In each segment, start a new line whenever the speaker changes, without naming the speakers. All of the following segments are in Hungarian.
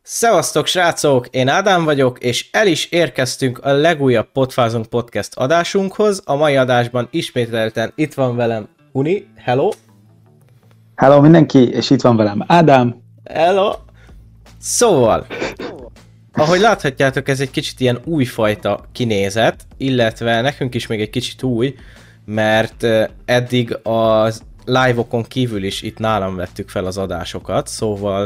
Szevasztok srácok, én Ádám vagyok, és el is érkeztünk a legújabb Podfázunk podcast adásunkhoz. A mai adásban ismételten itt van velem Huni, hello!
Hello mindenki, és itt van velem Ádám.
Hello! Szóval, ahogy láthatjátok, ez egy kicsit ilyen újfajta kinézet, illetve nekünk is még egy kicsit új, mert eddig az live-okon kívül is itt nálam vettük fel az adásokat, szóval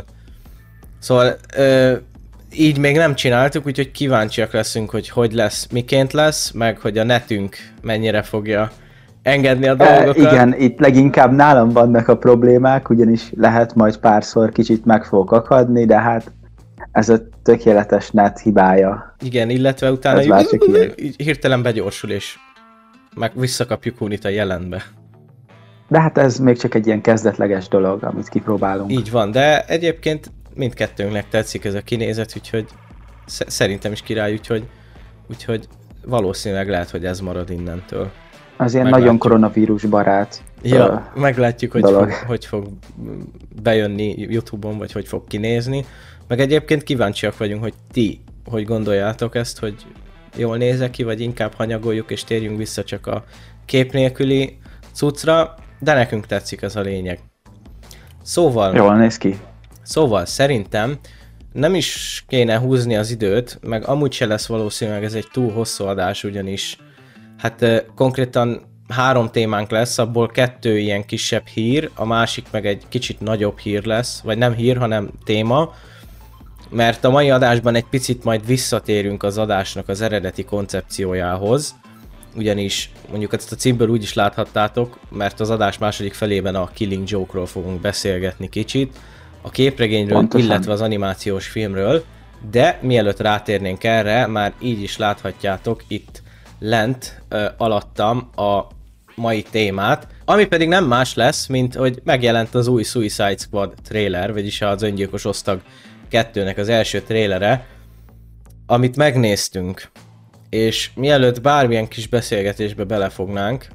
így még nem csináltuk, úgyhogy kíváncsiak leszünk, hogy lesz, miként lesz, meg hogy a netünk mennyire fogja engedni a dolgokat.
Igen, itt leginkább nálam vannak a problémák, ugyanis lehet majd párszor kicsit meg fogok akadni, de hát ez a tökéletes net hibája.
Igen, illetve utána hirtelen begyorsul, és meg visszakapjuk Hunit a jelenbe.
De hát ez még csak egy ilyen kezdetleges dolog, amit kipróbálunk.
Így van, de egyébként mindkettőnknek tetszik ez a kinézet, úgyhogy szerintem is király, úgyhogy valószínűleg lehet, hogy ez marad innentől.
Az ilyen nagyon koronavírus barát.
Ja, meglátjuk, hogy fog bejönni YouTube-on, vagy hogy fog kinézni. Meg egyébként kíváncsiak vagyunk, hogy ti hogy gondoljátok ezt, hogy jól nézek ki, vagy inkább hanyagoljuk, és térjünk vissza csak a kép nélküli cuccra, de nekünk tetszik ez a lényeg. Szóval...
Jól néz ki.
Szóval szerintem nem is kéne húzni az időt, meg amúgy se lesz valószínűleg ez egy túl hosszú adás, ugyanis hát konkrétan 3 témánk lesz, abból 2 ilyen kisebb hír, a másik meg egy kicsit nagyobb hír lesz, vagy nem hír, hanem téma, mert a mai adásban egy picit majd visszatérünk az adásnak az eredeti koncepciójához, ugyanis mondjuk ezt a címből úgy is láthattátok, mert az adás második felében a Killing Joke-ról fogunk beszélgetni kicsit, a képregényről, pontosan, illetve az animációs filmről, de mielőtt rátérnénk erre, már így is láthatjátok itt lent alattam a mai témát, ami pedig nem más lesz, mint hogy megjelent az új Suicide Squad trailer, vagyis az Öngyilkos Osztag 2-nek az első trailere, amit megnéztünk. És mielőtt bármilyen kis beszélgetésbe belefognánk,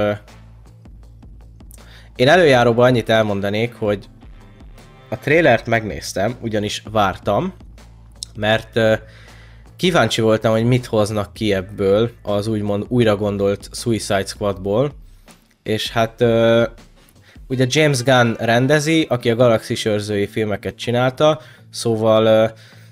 én előjáróban annyit elmondanék, hogy a trailert megnéztem, ugyanis vártam, mert kíváncsi voltam, hogy mit hoznak ki ebből az úgymond újra gondolt Suicide Squadból, és hát ugye James Gunn rendezi, aki a Galaxis őrzői filmeket csinálta, szóval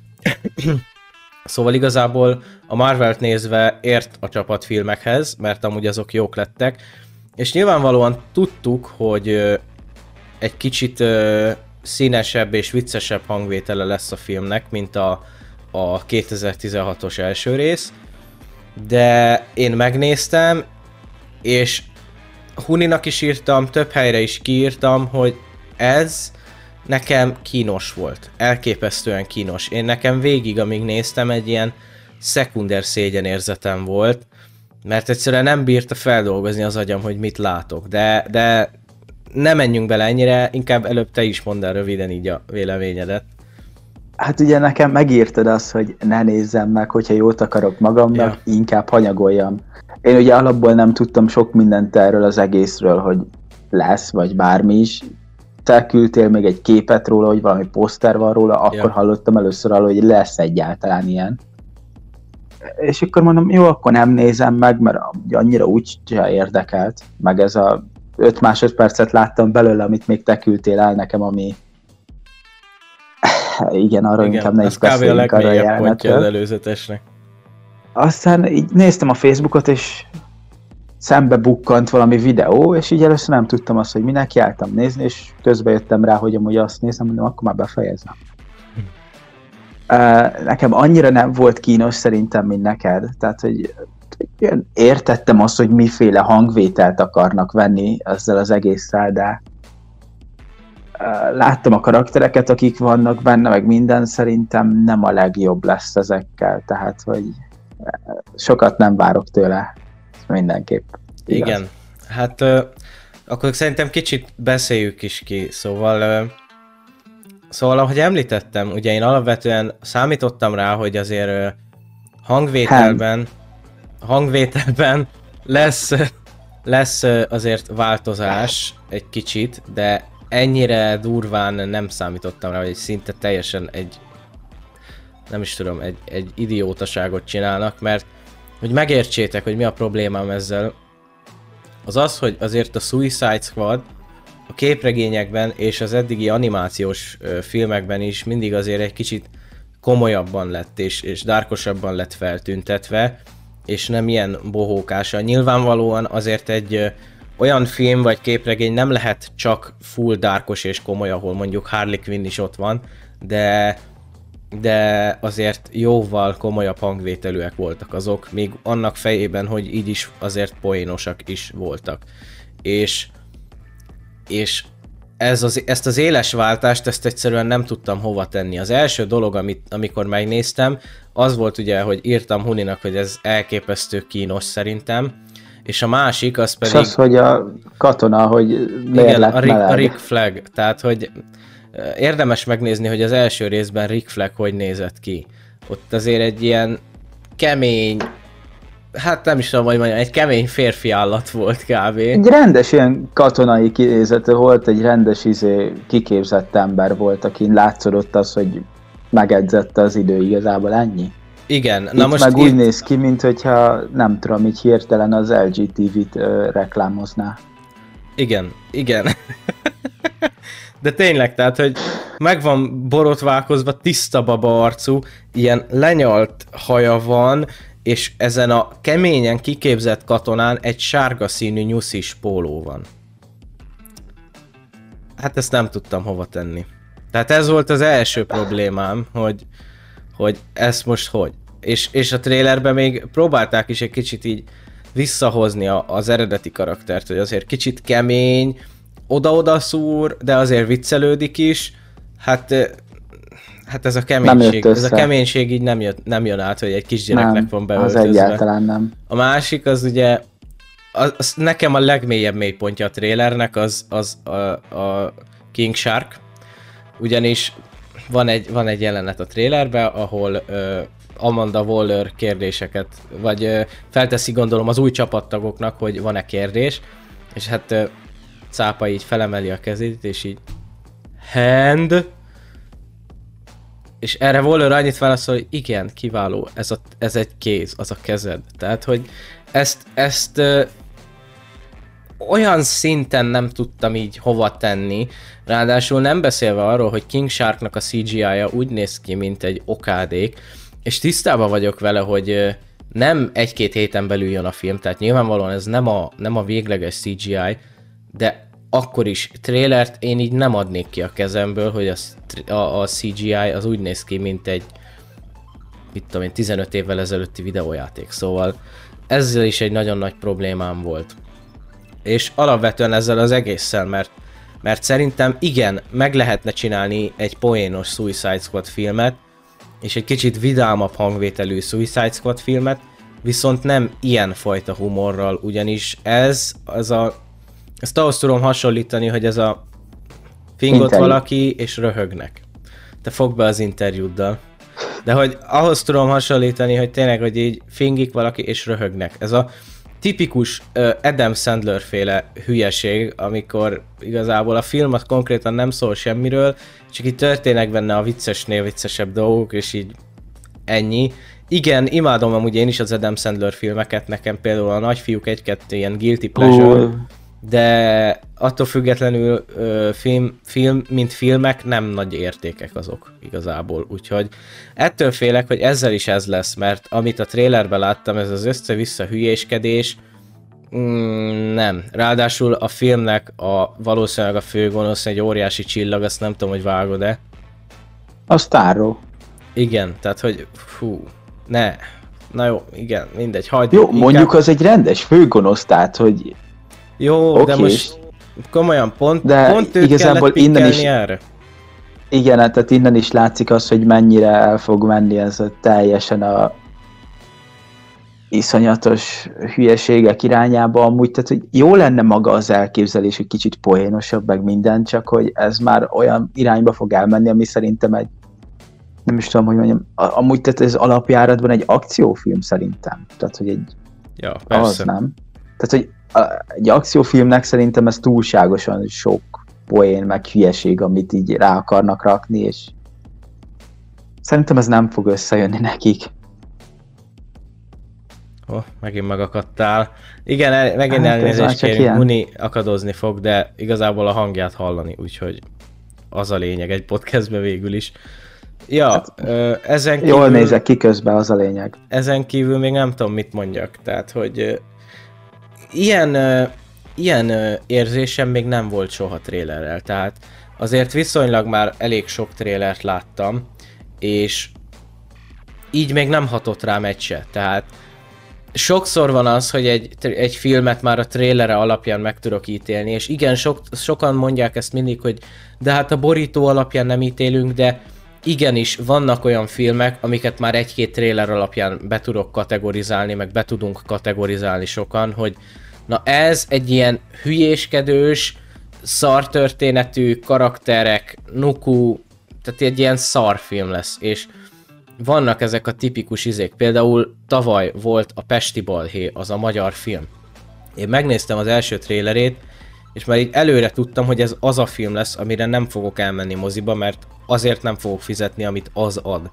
igazából a Marvelt nézve ért a csapatfilmekhez, mert amúgy azok jók lettek, és nyilvánvalóan tudtuk, hogy egy kicsit színesebb és viccesebb hangvétele lesz a filmnek, mint a 2016-os első rész, de én megnéztem, és Huninak is írtam, több helyre is kiírtam, hogy ez nekem kínos volt, elképesztően kínos. Nekem végig, amíg néztem, egy ilyen szekunder szégyenérzetem volt, mert egyszerűen nem bírta feldolgozni az agyam, hogy mit látok, de ne menjünk bele ennyire, inkább előbb te is mondd el röviden így a véleményedet.
Hát ugye nekem megírtad azt, hogy ne nézzem meg, hogyha jót akarok magamnak, inkább hanyagoljam. Én ugye alapból nem tudtam sok mindent erről az egészről, hogy lesz, vagy bármi is. Te küldtél még egy képet róla, hogy valami poszter van róla, akkor hallottam először arról, hogy lesz egyáltalán ilyen. És akkor mondom, jó, akkor nem nézem meg, mert annyira úgy érdekelt, meg ez a 5 másodpercet láttam belőle, amit még te küldtél el nekem, ami... Igen, arról inkább ne is beszéljünk arra a jelenetről.
Az előzetesnek.
Aztán így néztem a Facebookot, és szembe bukkant valami videó, és így először nem tudtam azt, hogy minek jártam nézni, és közben jöttem rá, hogy amúgy azt nézem, mondom, akkor már befejezem. Nekem annyira nem volt kínos szerintem, mint neked. Tehát, hogy értettem azt, hogy miféle hangvételt akarnak venni ezzel az egésszel, de láttam a karaktereket, akik vannak benne, meg minden, szerintem nem a legjobb lesz ezekkel, tehát, hogy sokat nem várok tőle, mindenképp. Igaz.
Igen, hát akkor szerintem kicsit beszéljük is ki, szóval ahogy említettem, ugye én alapvetően számítottam rá, hogy azért hangvételben lesz azért változás egy kicsit, de ennyire durván nem számítottam rá, hogy szinte teljesen egy nem is tudom, egy idiótaságot csinálnak, mert hogy megértsétek, hogy mi a problémám ezzel, az az, hogy azért a Suicide Squad a képregényekben és az eddigi animációs filmekben is mindig azért egy kicsit komolyabban lett és dárkosabban lett feltüntetve, és nem ilyen bohókásan. Nyilvánvalóan azért egy olyan film vagy képregény nem lehet csak full dárkos és komoly, ahol mondjuk Harley Quinn is ott van, de azért jóval komolyabb hangvételűek voltak azok, még annak fejében, hogy így is azért poénosak is voltak. És ezt az éles váltást, ezt egyszerűen nem tudtam hova tenni. Az első dolog, amikor megnéztem, az volt ugye, hogy írtam Huninak, hogy ez elképesztő kínos szerintem, és a másik az pedig...
És az, hogy a katona, hogy miért
igen,
lett meleg.
A Rick Flag, tehát hogy érdemes megnézni, hogy az első részben Rick Flag hogy nézett ki. Ott azért egy ilyen kemény, hát nem is tudom, hogy mondjam, egy kemény férfi állat volt kb.
Egy rendes ilyen katonai kinézete volt, egy rendes kiképzett ember volt, akin látszódott az, hogy megedzette az idő, igazából ennyi.
Igen.
Na most meg úgy néz ki, mint hogyha nem tudom, így hirtelen az LG TV-t reklámozná.
Igen. De tényleg, tehát, hogy meg van borotválkozva, tiszta baba arcú, ilyen lenyalt haja van, és ezen a keményen kiképzett katonán egy sárga színű nyuszis póló van. Hát ezt nem tudtam hova tenni. Tehát ez volt az első problémám, hogy ezt most hogy. És a trailerben még próbálták is egy kicsit így visszahozni az eredeti karaktert, hogy azért kicsit kemény, oda-oda szúr, de azért viccelődik is. Hát ez a keménység így nem jön át, hogy egy kisgyereknek van beöltözve.
Az egyáltalán nem.
A másik az ugye, az nekem a legmélyebb mélypontja a trailernek az a King Shark, ugyanis van egy jelenet a trailerben, ahol Amanda Waller kérdéseket, vagy felteszi gondolom az új csapattagoknak, hogy van-e kérdés, és hát Cápa így felemeli a kezét, és így hand, és erre Waller annyit válaszol, hogy igen, kiváló, ez egy kéz, az a kezed. Tehát, hogy ezt olyan szinten nem tudtam így hova tenni, ráadásul nem beszélve arról, hogy King Sharknak a CGI-ja úgy néz ki, mint egy okádék, és tisztában vagyok vele, hogy nem egy-két héten belül jön a film, tehát nyilvánvalóan ez nem a végleges CGI, de akkor is trailert én így nem adnék ki a kezemből, hogy a CGI az úgy néz ki, mint egy 15 évvel ezelőtti videójáték, szóval ezzel is egy nagyon nagy problémám volt. És alapvetően ezzel az egésszel, mert szerintem igen, meg lehetne csinálni egy poénos Suicide Squad filmet, és egy kicsit vidámabb hangvételű Suicide Squad filmet, viszont nem ilyen fajta humorral, ugyanis ezt ahhoz tudom hasonlítani, hogy ez a fingot valaki és röhögnek. Te fogd be az interjúddal. De hogy ahhoz tudom hasonlítani, hogy tényleg, hogy így fingik valaki és röhögnek. Ez a tipikus Adam Sandler féle hülyeség, amikor igazából a film az konkrétan nem szól semmiről, csak itt történnek benne a viccesnél viccesebb dolgok, és így ennyi. Igen, imádom amúgy én is az Adam Sandler filmeket, nekem például a Nagyfiúk 1-2 ilyen guilty pleasure, de attól függetlenül film, mint filmek nem nagy értékek azok igazából, úgyhogy ettől félek, hogy ezzel is ez lesz, mert amit a trailerben láttam, ez az össze-vissza hülyéskedés, nem. Ráadásul a filmnek valószínűleg a főgonosz egy óriási csillag, azt nem tudom, hogy vágod-e.
A Starro.
Igen, tehát hogy ne. Na jó, igen, mindegy, hagyd.
Jó, inkább... mondjuk az egy rendes főgonosz, tehát hogy
jó, okay. De most komolyan pont őt
igazából
kellett innen is erre.
Igen, tehát innen is látszik az, hogy mennyire el fog menni ez a teljesen a iszonyatos hülyeségek irányába amúgy, tehát hogy jó lenne maga az elképzelés, hogy kicsit poénosabb, meg minden, csak hogy ez már olyan irányba fog elmenni, ami szerintem egy, nem is tudom, hogy mondjam, amúgy tehát ez alapjáratban egy akciófilm szerintem, tehát hogy egy az nem. Tehát, hogy egy akciófilmnek szerintem ez túlságosan sok poén, meg hülyeség, amit így rá akarnak rakni, és Szerintem ez nem fog összejönni nekik.
Megint megakadtál. Igen, megint
Hát,
elnézést kérünk, Muni akadozni fog, de igazából a hangját hallani, úgyhogy az a lényeg egy podcastben végül is. Ja, hát, ezen kívül...
Jól nézek ki közben, az a lényeg.
Ezen kívül még nem tudom, mit mondjak. Tehát, hogy ilyen érzésem még nem volt soha trélerrel. Tehát azért viszonylag már elég sok trélert láttam, és így még nem hatott rám egy se. Tehát sokszor van az, hogy egy filmet már a trélere alapján meg tudok ítélni, és igen, sokan mondják ezt mindig, hogy de hát a borító alapján nem ítélünk, de igenis, vannak olyan filmek, amiket már egy-két tréler alapján be tudok kategorizálni, meg be tudunk kategorizálni sokan, hogy na ez egy ilyen hülyéskedős, szartörténetű karakterek, nuku, tehát egy ilyen szarfilm lesz, és vannak ezek a tipikus izék. Például tavaly volt a Pesti Balhé, az a magyar film. Én megnéztem az első trélerét, és már így előre tudtam, hogy ez az a film lesz, amire nem fogok elmenni moziba, mert azért nem fogok fizetni, amit az ad.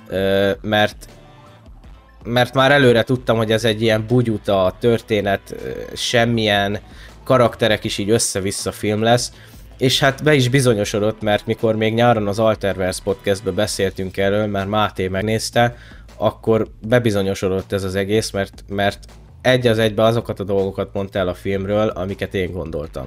Mert már előre tudtam, hogy ez egy ilyen bugyuta történet, semmilyen karakterek is így össze-vissza film lesz, és hát be is bizonyosodott, mert mikor még nyáron az Alterverse podcastben beszéltünk erről, mert Máté megnézte, akkor bebizonyosodott ez az egész, mert egy az egybe azokat a dolgokat mondta el a filmről, amiket én gondoltam.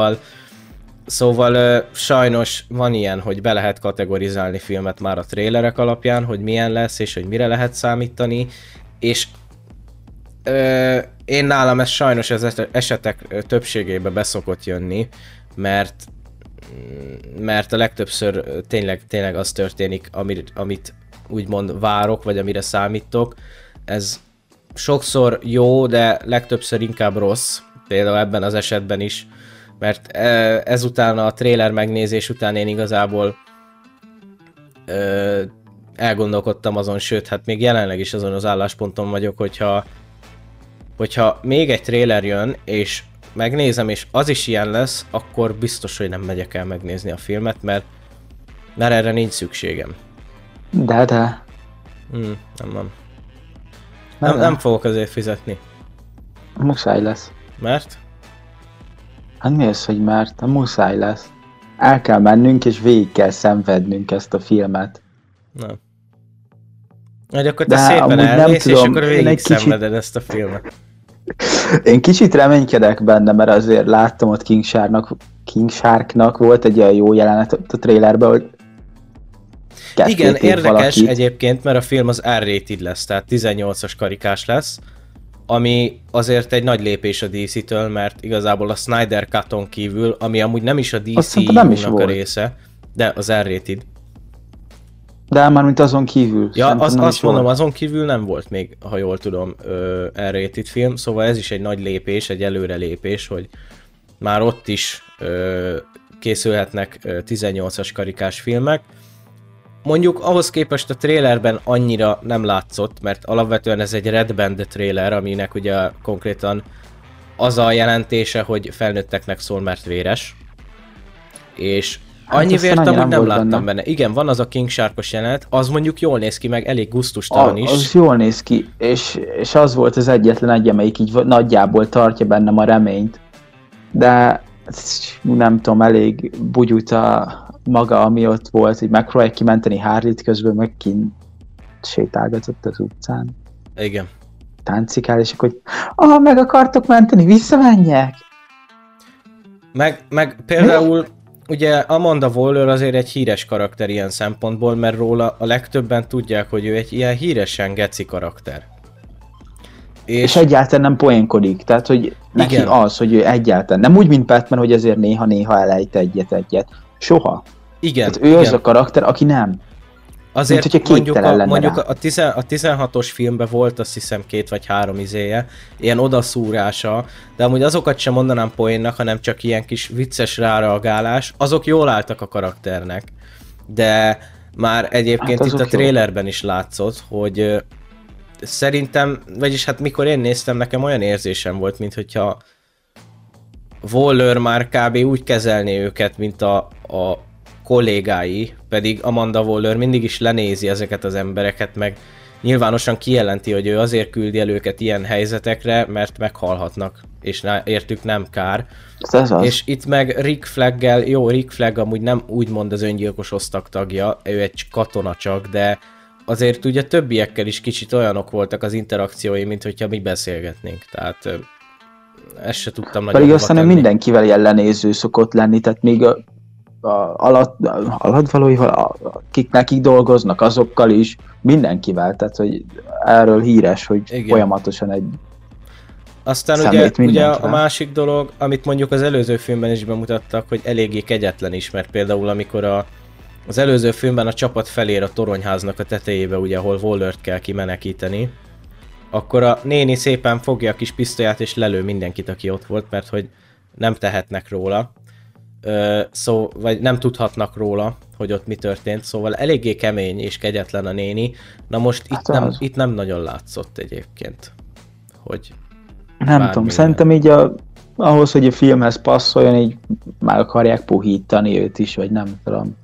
Szóval sajnos van ilyen, hogy be lehet kategorizálni filmet már a trélerek alapján, hogy milyen lesz, és hogy mire lehet számítani, és én nálam ez sajnos az esetek többségébe beszokott jönni, mert a legtöbbször tényleg az történik, amit úgymond várok, vagy amire számítok. Ez sokszor jó, de legtöbbször inkább rossz, például ebben az esetben is, mert ezután a trailer megnézés után én igazából elgondolkodtam azon, sőt, hát még jelenleg is azon az állásponton vagyok, hogyha még egy trailer jön, és megnézem, és az is ilyen lesz, akkor biztos, hogy nem megyek el megnézni a filmet, mert erre nincs szükségem.
De.
Nem fogok azért fizetni.
Muszáj lesz.
Mert?
Hát mi az, hogy mert? Muszáj lesz. El kell mennünk, és végig kell szenvednünk ezt a filmet.
Nem. Hogy akkor te szépen elmész, és akkor végig szenveded ezt a filmet.
Én kicsit reménykedek benne, mert azért láttam ott King Sharknak volt egy olyan jó jelenet a trailerben, hogy
igen, érdekes valakit. Egyébként, mert a film az R-rated lesz, tehát 18-as karikás lesz, ami azért egy nagy lépés a DC-től, mert igazából a Snyder Cut-on kívül, ami amúgy nem is a DC-nak a része, de az R-rated.
De már mint azon kívül.
Ja, azt mondom, azon kívül nem volt még, ha jól tudom, R-rated film, szóval ez is egy nagy lépés, egy előrelépés, hogy már ott is készülhetnek 18-as karikás filmek. Mondjuk ahhoz képest a trailerben annyira nem látszott, mert alapvetően ez egy Red Band trailer, aminek ugye konkrétan az a jelentése, hogy felnőtteknek szól, mert véres. És annyi vért amúgy nem láttam benne. Igen, van az a King Sharkos jelenet, az mondjuk jól néz ki, meg elég gusztustalan is.
Az jól néz ki, és az volt az egyetlen amelyik így nagyjából tartja bennem a reményt. De nem tudom, elég bugyuta maga, ami ott volt, hogy megpróbálják kimenteni Harley-t, közben meg kint sétálgatott az utcán.
Igen.
Táncikál, és akkor, meg akartok menteni, visszamenjek!
Meg például ugye Amanda Waller azért egy híres karakter ilyen szempontból, mert róla a legtöbben tudják, hogy ő egy ilyen híresen geci karakter.
És egyáltalán nem poénkodik, tehát hogy neki igen. Az, hogy ő egyáltalán, nem úgy, mint Batman, hogy azért néha elejt egyet. Soha.
Igen.
Tehát ő az a karakter, aki nem.
Azért mint, mondjuk a 16-os filmben volt azt hiszem 2 vagy 3 izéje, ilyen odaszúrása, de amúgy azokat sem mondanám poénnak, hanem csak ilyen kis vicces ráreagálás, azok jól álltak a karakternek. De már egyébként hát itt a trailerben is látszott, hogy szerintem, vagyis hát mikor én néztem, nekem olyan érzésem volt, mint hogyha Waller már kb. Úgy kezelné őket, mint kollégái, pedig Amanda Waller mindig is lenézi ezeket az embereket, meg nyilvánosan kijelenti, hogy ő azért küldi el őket ilyen helyzetekre, mert meghalhatnak, és értük nem kár. És itt meg Rick Flaggel, jó, Rick Flag amúgy nem úgymond az öngyilkos osztag tagja, ő egy katona csak, de azért ugye többiekkel is kicsit olyanok voltak az interakciói, mint hogyha mi beszélgetnénk, tehát ezt se tudtam nagyon.
Pedig aztán mindenkivel ilyen lenéző szokott lenni, tehát még alatvalóival, akik nekik dolgoznak, azokkal is, mindenkivel, tehát hogy erről híres, hogy igen, folyamatosan egy
aztán ugye a másik dolog, amit mondjuk az előző filmben is bemutattak, hogy eléggé kegyetlen is, mert például amikor az előző filmben a csapat felér a toronyháznak a tetejébe, ugye, ahol Wallert kell kimenekíteni, akkor a néni szépen fogja a kis pisztolyát és lelő mindenkit, aki ott volt, mert hogy nem tehetnek róla, vagy nem tudhatnak róla, hogy ott mi történt, szóval eléggé kemény és kegyetlen a néni. Na most itt nem nagyon látszott egyébként, hogy
nem tudom, szerintem így ahhoz, hogy a filmhez passzoljon, így meg akarják puhítani őt is, vagy nem tudom.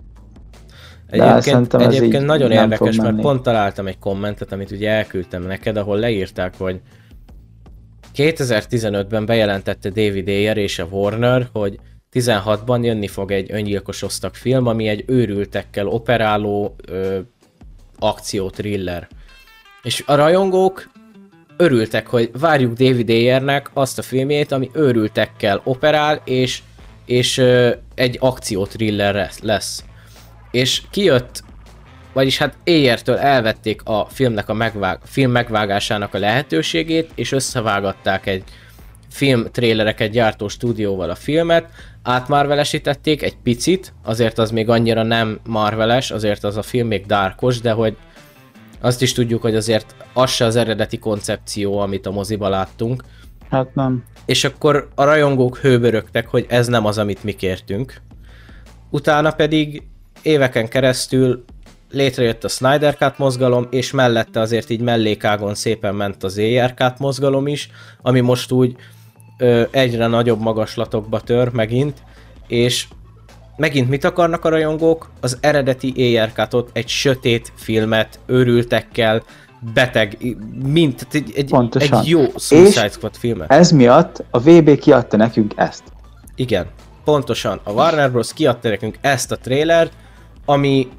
Egyébként nagyon érdekes, mert pont találtam egy kommentet, amit ugye elküldtem neked, ahol leírták, hogy 2015-ben bejelentette David Ayer és a Warner, hogy 16-ban jönni fog egy öngyilkos osztag film, ami egy őrültekkel operáló akció-thriller. És a rajongók örültek, hogy várjuk David Ayernek azt a filmjét, ami őrültekkel operál, és egy akció-thriller lesz. És kijött, vagyis hát Ayertől elvették a filmnek film megvágásának a lehetőségét, és összevágatták egy filmtrélereket gyártó stúdióval a filmet, átmarvelesítették egy picit, azért az még annyira nem marveles, azért az a film még darkos, de hogy azt is tudjuk, hogy azért az se az eredeti koncepció, amit a moziba láttunk.
Hát nem.
És akkor a rajongók hőbörögtek, hogy ez nem az, amit mi kértünk. Utána pedig éveken keresztül létrejött a Snyder Cut mozgalom, és mellette azért így mellékágon szépen ment az Ayer Cut mozgalom is, ami most úgy egyre nagyobb magaslatokba tör megint, és megint mit akarnak a rajongók? Az eredeti Ayer Cutot, egy sötét filmet, őrültekkel, beteg, mint egy jó Suicide Squad filmet.
Ez miatt a VB kiadta nekünk ezt.
Igen, pontosan. A Warner Bros. Kiadta nekünk ezt a trailert, amit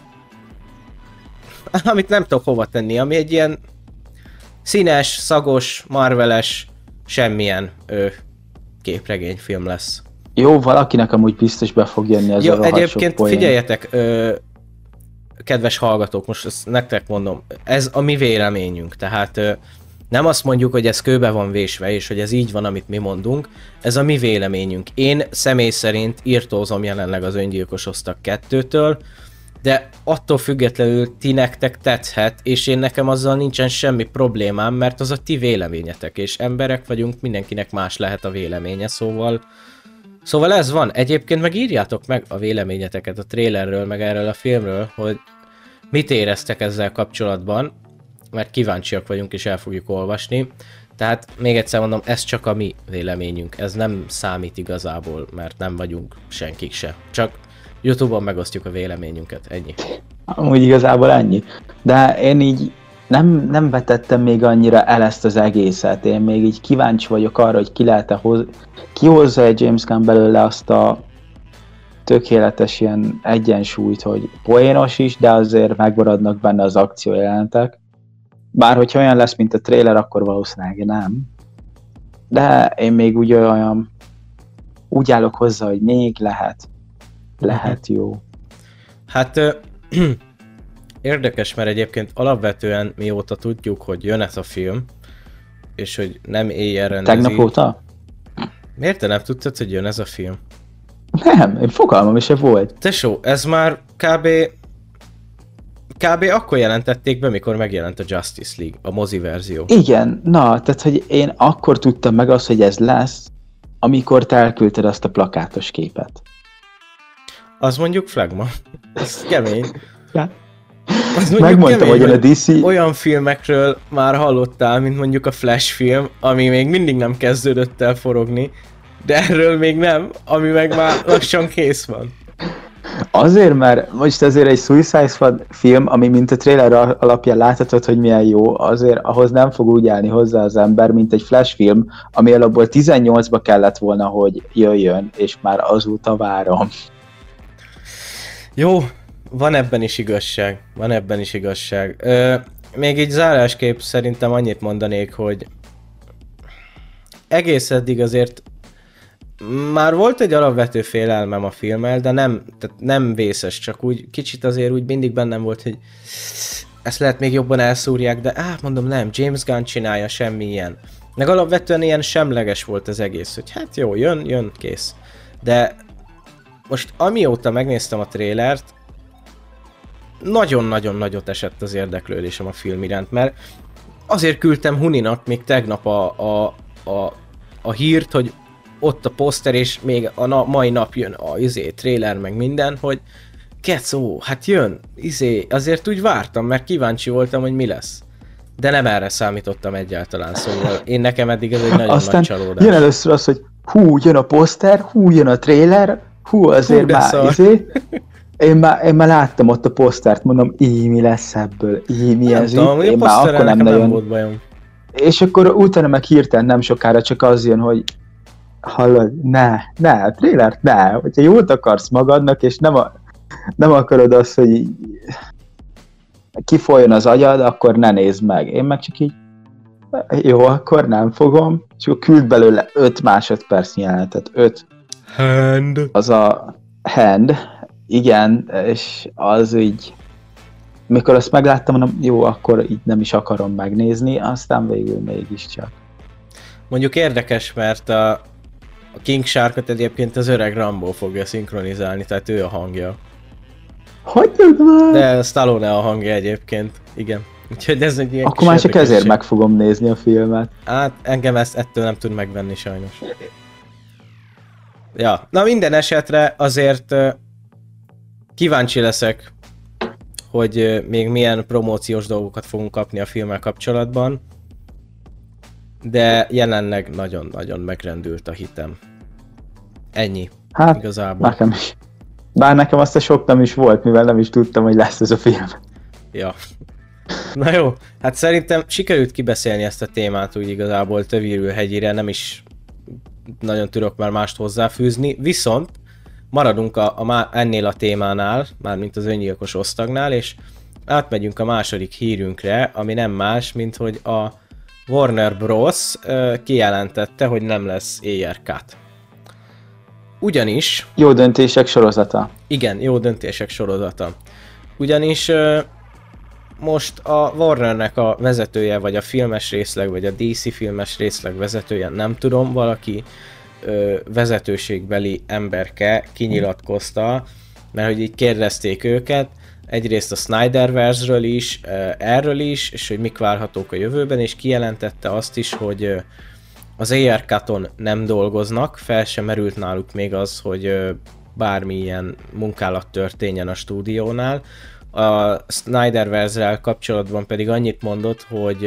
nem tudok hova tenni, ami egy ilyen színes, szagos, marveles, semmilyen képregényfilm lesz.
Jó, valakinek amúgy biztos be fog jönni az a rohadt
egyébként sok figyeljetek, kedves hallgatók, most ezt nektek mondom, ez a mi véleményünk, tehát nem azt mondjuk, hogy ez kőbe van vésve, és hogy ez így van, amit mi mondunk, ez a mi véleményünk. Én személy szerint írtózom jelenleg az Öngyilkos Osztag 2-től, de attól függetlenül ti nektek tetszhet, és én nekem azzal nincsen semmi problémám, mert az a ti véleményetek, és emberek vagyunk, mindenkinek más lehet a véleménye, Szóval ez van. Egyébként meg írjátok meg a véleményeteket a trailerről, meg erről a filmről, hogy mit éreztek ezzel kapcsolatban, mert kíváncsiak vagyunk és el fogjuk olvasni. Tehát még egyszer mondom, ez csak a mi véleményünk, ez nem számít igazából, mert nem vagyunk senkik se. Csak YouTube-on megosztjuk a véleményünket, ennyi.
Amúgy igazából ennyi. De én így nem vetettem még annyira el ezt az egészet. Én még így kíváncsi vagyok arra, hogy kihozza egy James Gunn belőle azt a tökéletes ilyen egyensúlyt, hogy poénos is, de azért megmaradnak benne az akciójelentek. Bár hogyha olyan lesz, mint a trailer, akkor valószínűleg nem. De én még úgy állok hozzá, hogy még lehet jó.
Hát érdekes, mert egyébként alapvetően mióta tudjuk, hogy jön ez a film, és hogy nem Ayer rendezi.
Tegnap óta?
Miért te nem tudtad, hogy jön ez a film?
Nem, én fogalmam is se volt.
Tesó, ez már kb. Akkor jelentették be, mikor megjelent a Justice League, a mozi verzió.
Igen, na, tehát hogy én akkor tudtam meg azt, hogy ez lesz, amikor te elküldted azt a plakátos képet.
Az mondjuk flagma. Ez kemény.
Ja. Megmondtam, hogy a DC...
Olyan filmekről már hallottál, mint mondjuk a Flash film, ami még mindig nem kezdődött el forogni, de erről még nem, ami meg már lassan kész van.
Azért, mert most azért egy Suicide Squad film, ami mint a trailer alapján láthatod, hogy milyen jó, azért ahhoz nem fog úgy állni hozzá az ember, mint egy Flash film, ami alapból 18-ba kellett volna, hogy jöjjön, és már azóta várom.
Jó, van ebben is igazság. Még így zárásképp szerintem annyit mondanék, hogy egész eddig azért már volt egy alapvető félelmem a filmmel, de nem vészes, csak úgy kicsit azért úgy mindig bennem volt, hogy ezt lehet még jobban elszúrják, de mondom nem, James Gunn csinálja, semmi ilyen. Meg alapvetően ilyen semleges volt az egész, hogy hát jó, jön, kész. De most amióta megnéztem a trélert, nagyon-nagyon nagyot esett az érdeklődésem a film iránt, mert azért küldtem Huninak még tegnap a hírt, hogy ott a poszter, és még a mai nap jön a trailer, meg minden, hogy kecó, hát jön, azért úgy vártam, mert kíváncsi voltam, hogy mi lesz. De nem erre számítottam egyáltalán, szóval nekem eddig ez egy nagyon
aztán
nagy csalódás.
Jön először az, hogy jön a poszter, jön a trailer, azért már Én már láttam ott a posztert, mondom, mi lesz ebből, mi ez
tudom,
én már akkor nem
volt bajom. És
akkor utána meg hirtelen nem sokára csak az jön, hogy hallod, a trailert ne, hogyha jót akarsz magadnak, és nem akarod azt, hogy kifolyjon az agyad, akkor ne nézd meg. Én meg csak így, jó, akkor nem fogom, és akkor küld belőle 5 másodperc jelenetet, 5.
Hand.
Az a hand, igen, és az így, mikor azt megláttam, mondom, jó, akkor így nem is akarom megnézni, aztán végül mégiscsak.
Mondjuk érdekes, mert a King Sharkot egyébként az öreg Rambo fogja szinkronizálni, tehát ő a hangja.
Hogy tudod?
De Stallone a hangja egyébként, igen. Úgyhogy ez egy ilyen
akkor már csak ezért meg fogom nézni a filmet.
Hát engem ettől nem tud megvenni sajnos. Ja, na minden esetre azért kíváncsi leszek, hogy még milyen promóciós dolgokat fogunk kapni a filmmel kapcsolatban, de jelenleg nagyon-nagyon megrendült a hitem. Ennyi.
Hát,
igazából.
Nekem is. Bár nekem azt a sok nem is volt, mivel nem is tudtam, hogy lesz ez a film.
Ja. Na jó, hát szerintem sikerült kibeszélni ezt a témát úgy igazából tövirül hegyire, nem is nagyon tudok már mást hozzáfűzni, viszont maradunk ennél a témánál, mármint az öngyilkos osztagnál, és átmegyünk a második hírünkre, ami nem más, mint hogy a Warner Bros. Kijelentette, hogy nem lesz AR Cut. Ugyanis...
Jó döntések sorozata.
Igen, jó döntések sorozata. Ugyanis most a Warnernek a vezetője, vagy a filmes részleg, vagy a DC filmes részleg vezetője, nem tudom, valaki vezetőségbeli emberke kinyilatkozta, mert hogy így kérdezték őket, egyrészt a Snyderverse-ről is, erről is, és hogy mik várhatók a jövőben, és kijelentette azt is, hogy az AR Cut-on nem dolgoznak, fel sem merült náluk még az, hogy bármilyen munkálat történjen a stúdiónál. A Snyderverse-rel kapcsolatban pedig annyit mondott, hogy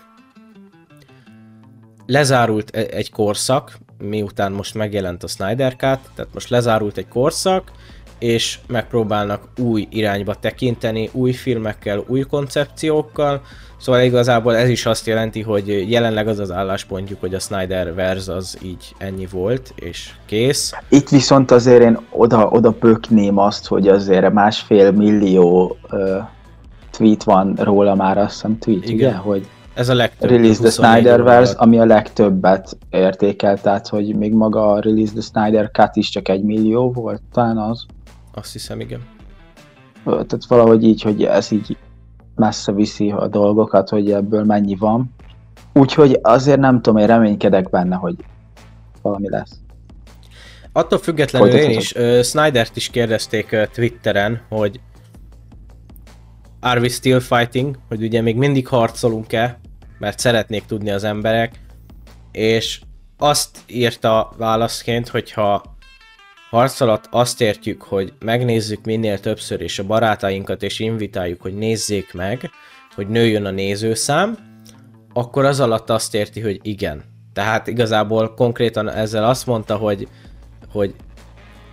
lezárult egy korszak, miután most megjelent a Snyder Cut, tehát most lezárult egy korszak, és megpróbálnak új irányba tekinteni, új filmekkel, új koncepciókkal, szóval igazából ez is azt jelenti, hogy jelenleg az az álláspontjuk, hogy a Snyderverse az így ennyi volt, és kész.
Itt viszont azért én oda pökném azt, hogy azért 1,5 millió tweet van róla már, azt hiszem tweet, igen. Ugye? Hogy
ez a legtöbb.
Release the Snyderverse, ami a legtöbbet értékel, tehát hogy még maga a Release the Snyder Cut is csak 1 millió volt, talán az.
Azt hiszem, igen.
Tehát valahogy így, hogy ez így messze viszi a dolgokat, hogy ebből mennyi van. Úgyhogy azért nem tudom, én reménykedek benne, hogy valami lesz.
Attól függetlenül én is, Snydert is kérdezték Twitteren, hogy are we still fighting, hogy ugye még mindig harcolunk-e, mert szeretnék tudni az emberek, és azt írta válaszként, hogyha harc alatt azt értjük, hogy megnézzük minél többször és a barátainkat és invitáljuk, hogy nézzék meg, hogy nőjön a nézőszám, akkor az alatt azt érti, hogy igen. Tehát igazából konkrétan ezzel azt mondta, hogy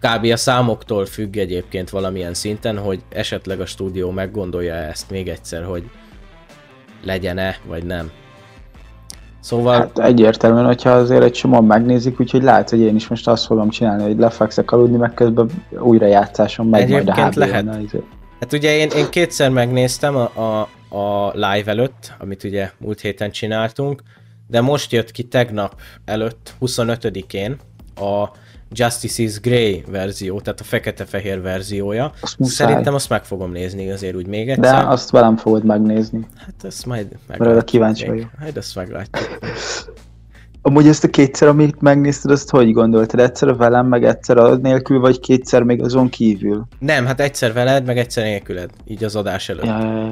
kb. A számoktól függ egyébként valamilyen szinten, hogy esetleg a stúdió meggondolja ezt még egyszer, hogy legyen-e, vagy nem. Szóval...
Hát egyértelműen, hogyha azért egy csomóan megnézik, úgyhogy lehet, hogy én is most azt fogom csinálni, hogy lefekszek aludni, meg közben újrajátszáson megy majd a HBO-n.
Lehet. Hát ugye én kétszer megnéztem a live előtt, amit ugye múlt héten csináltunk, de most jött ki tegnap előtt, 25-én a Justice is Grey verzió, tehát a fekete-fehér verziója. Szerintem azt meg fogom nézni azért úgy még egyszer.
De azt velem fogod megnézni.
Hát ezt majd
meglátjuk. Mert kíváncsi vagyok.
Hát ezt meglátjuk.
Amúgy ezt a kétszer, amit megnézted, azt hogy gondoltad? Egyszer velem, meg egyszer az nélkül, vagy kétszer még azon kívül?
Nem, hát egyszer veled, meg egyszer nélküled. Így az adás előtt.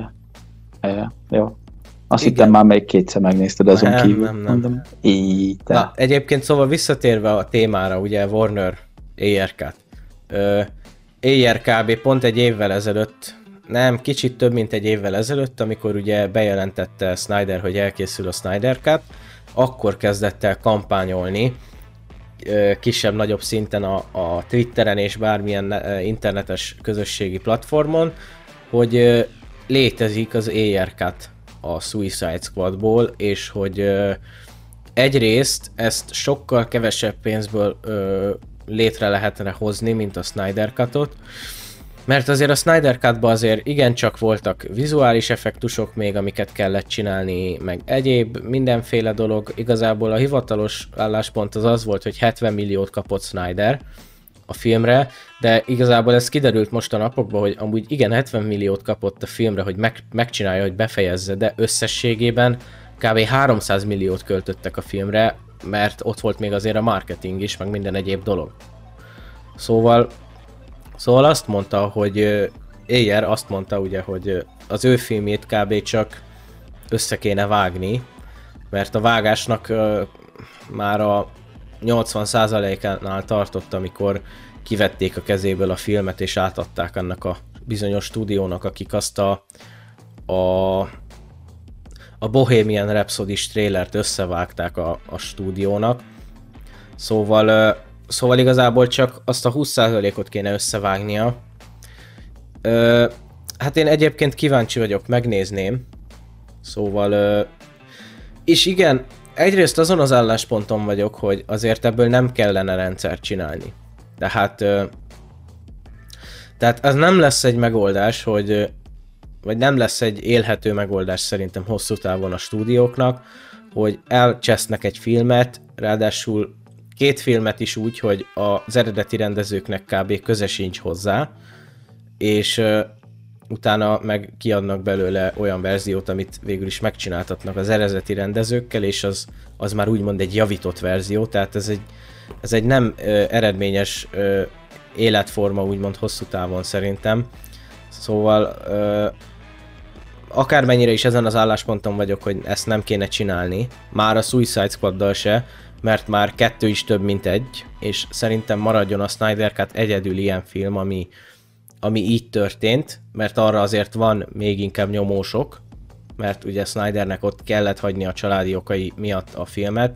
Ja. Jó. Azt hittem már még kétszer megnézted azon kívül.
Nem.
Mondom,
Na, egyébként szóval visszatérve a témára, ugye Warner AR-kat. AR kb. Pont egy évvel ezelőtt, nem, kicsit több mint egy évvel ezelőtt, amikor ugye bejelentette Snyder, hogy elkészül a Snyder Cut, akkor kezdett el kampányolni kisebb-nagyobb szinten a Twitteren és bármilyen internetes közösségi platformon, hogy létezik az AR Cut a Suicide Squadból, és hogy egyrészt ezt sokkal kevesebb pénzből létre lehetne hozni, mint a Snyder Cut-ot, mert azért a Snyder Cut-ban azért igencsak voltak vizuális effektusok még, amiket kellett csinálni, meg egyéb mindenféle dolog. Igazából a hivatalos álláspont az volt, hogy 70 milliót kapott Snyder a filmre, de igazából ez kiderült most a napokban, hogy amúgy igen, 70 milliót kapott a filmre, hogy megcsinálja, hogy befejezze, de összességében kb. 300 milliót költöttek a filmre, mert ott volt még azért a marketing is, meg minden egyéb dolog. Szóval azt mondta, hogy Ayer azt mondta ugye, hogy az ő filmjét kb. Csak össze kéne vágni, mert a vágásnak már a 80%-ánál tartott, amikor kivették a kezéből a filmet és átadták annak a bizonyos stúdiónak, akik azt a Bohemian Rhapsody-s trailert összevágták a stúdiónak. Szóval igazából csak azt a 20%-ot kéne összevágnia. Hát én egyébként kíváncsi vagyok, megnézném. Szóval... és igen, egyrészt azon az állásponton vagyok, hogy azért ebből nem kellene rendszert csinálni. Tehát ez nem lesz egy megoldás, vagy nem lesz egy élhető megoldás szerintem hosszú távon a stúdióknak, hogy elcsesznek egy filmet, ráadásul 2 filmet is úgy, hogy az eredeti rendezőknek kb. Köze sincs hozzá, és utána meg kiadnak belőle olyan verziót, amit végül is megcsináltatnak az eredeti rendezőkkel, és az már úgymond egy javított verzió, tehát ez egy nem eredményes életforma úgymond hosszú távon szerintem. Szóval akármennyire is ezen az állásponton vagyok, hogy ezt nem kéne csinálni, már a Suicide Squaddal se, mert már 2 is több mint 1, és szerintem maradjon a Snyder Cut egyedül ilyen film, ami így történt, mert arra azért van még inkább nyomósok, mert ugye Snydernek ott kellett hagyni a családi okai miatt a filmet.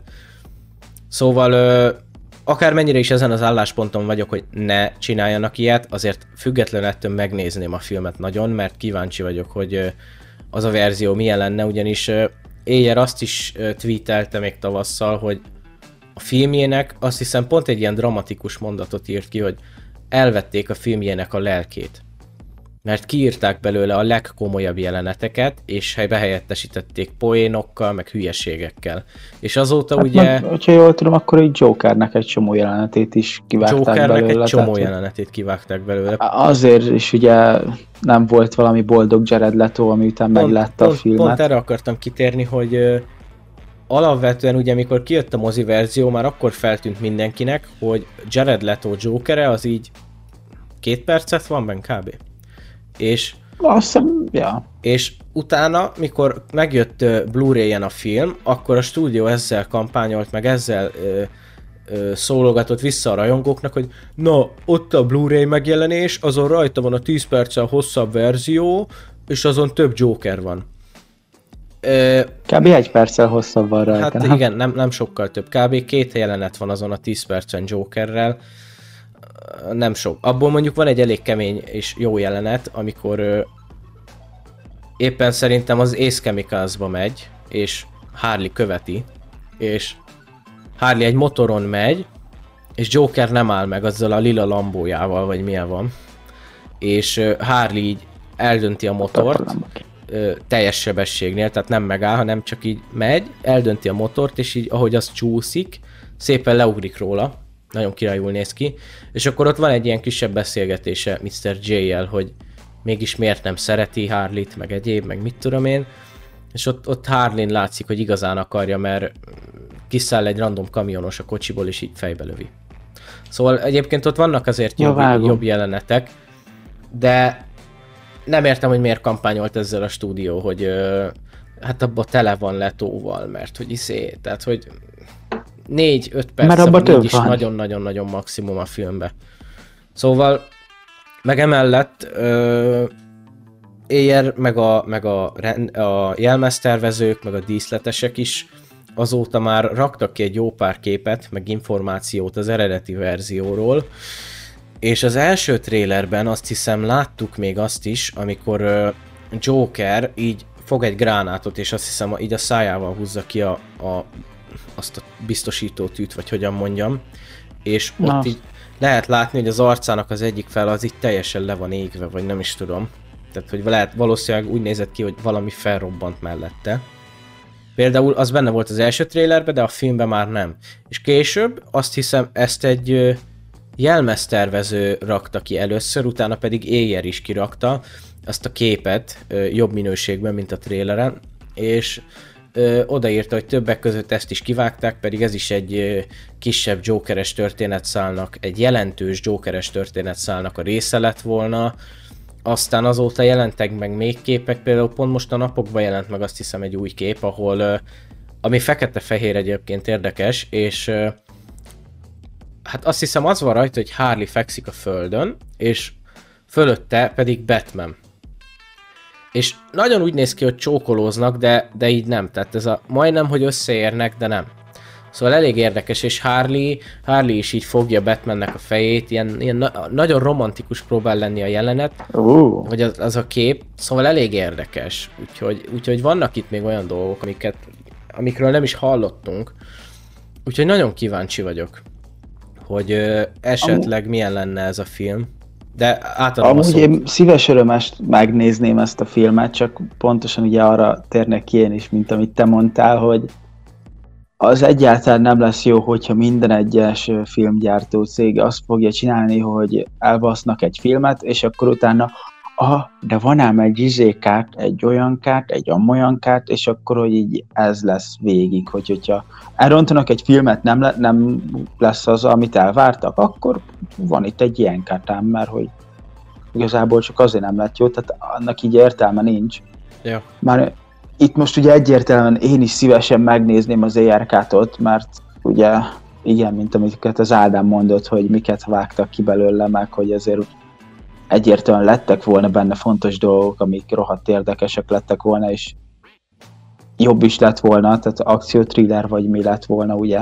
Szóval akármennyire is ezen az állásponton vagyok, hogy ne csináljanak ilyet, azért független ettől megnézném a filmet nagyon, mert kíváncsi vagyok, hogy az a verzió milyen lenne, ugyanis Ayer azt is tweetelte még tavasszal, hogy a filmjének azt hiszem pont egy ilyen dramatikus mondatot írt ki, hogy elvették a filmjének a lelkét. Mert kiírták belőle a legkomolyabb jeleneteket, és behelyettesítették poénokkal, meg hülyeségekkel. És azóta ugye...
Meg, hogyha jól tudom, akkor egy Jokernek egy csomó jelenetét is kivágták
Jokernek
belőle.
Jokernek egy csomó jelenetét kivágták belőle.
Azért is ugye nem volt valami boldog Jared Leto, ami után meglátta a filmet.
Pont erre akartam kitérni, hogy alapvetően ugye amikor kijött a mozi verzió, már akkor feltűnt mindenkinek, hogy Jared Leto Jokere az így 2 percet van benne kb. És,
azt hiszem, ja.
És utána, mikor megjött Blu-ray-en a film, akkor a stúdió ezzel kampányolt, meg ezzel szólogatott vissza a rajongóknak, hogy na, ott a Blu-ray megjelenés, azon rajta van a 10 perccel hosszabb verzió, és azon több Joker van.
Kb. 1 perccel hosszabb van rajta.
Hát igen, nem sokkal több. Kb. 2 jelenet van azon a 10 percen Jokerrel. nem sok. Abból mondjuk van egy elég kemény és jó jelenet, amikor éppen szerintem az Ace Chemicals-ba megy, és Harley követi, és Harley egy motoron megy, és Joker nem áll meg azzal a lila lambójával, vagy milyen van. És Harley így eldönti a motort, teljes sebességnél, tehát nem megáll, hanem csak így megy, eldönti a motort, és így ahogy az csúszik, szépen leugrik róla, nagyon királyul néz ki, és akkor ott van egy ilyen kisebb beszélgetése Mr. J-jel, hogy mégis miért nem szereti Harley-t, meg egyéb, meg mit tudom én, és ott Harley-n látszik, hogy igazán akarja, mert kiszáll egy random kamionos a kocsiból, és így fejbe lövi. Szóval egyébként ott vannak azért jobb jelenetek, de nem értem, hogy miért kampányolt ezzel a stúdió, hogy hát abban tele van Letóval, mert hogy tehát hogy 4-5 perc abban is nagyon-nagyon-nagyon maximum a filmbe. Szóval meg emellett Ayer, meg a jelmeztervezők, meg a díszletesek is azóta már raktak ki egy jó pár képet, meg információt az eredeti verzióról, és az első trailerben azt hiszem láttuk még azt is, amikor Joker így fog egy gránátot, és azt hiszem így a szájával húzza ki azt a biztosító tűt, vagy hogyan mondjam, és ott így lehet látni, hogy az arcának az egyik fel az így teljesen le van égve, vagy nem is tudom. Tehát, hogy valószínűleg úgy nézett ki, hogy valami felrobbant mellette. Például az benne volt az első trailerben, de a filmben már nem. És később azt hiszem ezt egy jelmeztervező rakta ki először, utána pedig Ayer is kirakta azt a képet jobb minőségben, mint a traileren, és odaírta, hogy többek között ezt is kivágták, pedig ez is egy kisebb Jokeres történetszálnak, egy jelentős Jokeres történetszálnak a része lett volna. Aztán azóta jelentek meg még képek, például pont most a napokban jelent meg azt hiszem egy új kép, ahol, ami fekete-fehér egyébként érdekes, és hát azt hiszem az van rajta, hogy Harley fekszik a földön, és fölötte pedig Batman. És nagyon úgy néz ki, hogy csókolóznak, de így nem. Tehát ez majdnem, hogy összeérnek, de nem. Szóval elég érdekes, és Harley is így fogja Batmannek a fejét, ilyen nagyon romantikus próbál lenni a jelenet, vagy az a kép, szóval elég érdekes. Úgyhogy vannak itt még olyan dolgok, amikről nem is hallottunk. Úgyhogy nagyon kíváncsi vagyok, hogy esetleg milyen lenne ez a film. De átadom a szót.
Amúgy én szíves örömest megnézném ezt a filmet, csak pontosan ugye arra térnek ki én is, mint amit te mondtál, hogy az egyáltalán nem lesz jó, hogyha minden egyes filmgyártó cég azt fogja csinálni, hogy elbasznak egy filmet, és akkor utána de van ám egy izékárt, egy olyankárt, egy amolyankárt, és akkor, hogy így ez lesz végig, hogyha elrontanak egy filmet, nem lesz az, amit elvártak, akkor van itt egy ilyen kártám, mert hogy igazából csak azért nem lett jó, tehát annak így értelme nincs.
Ja.
Már itt most ugye egyértelműen én is szívesen megnézném az ERK-tot, mert ugye igen, mint amiket az Ádám mondott, hogy miket vágtak ki belőle, meg hogy azért egyértelműen lettek volna benne fontos dolgok, amik rohadt érdekesek lettek volna, és jobb is lett volna, tehát akcióthriller vagy mi lett volna, ugye?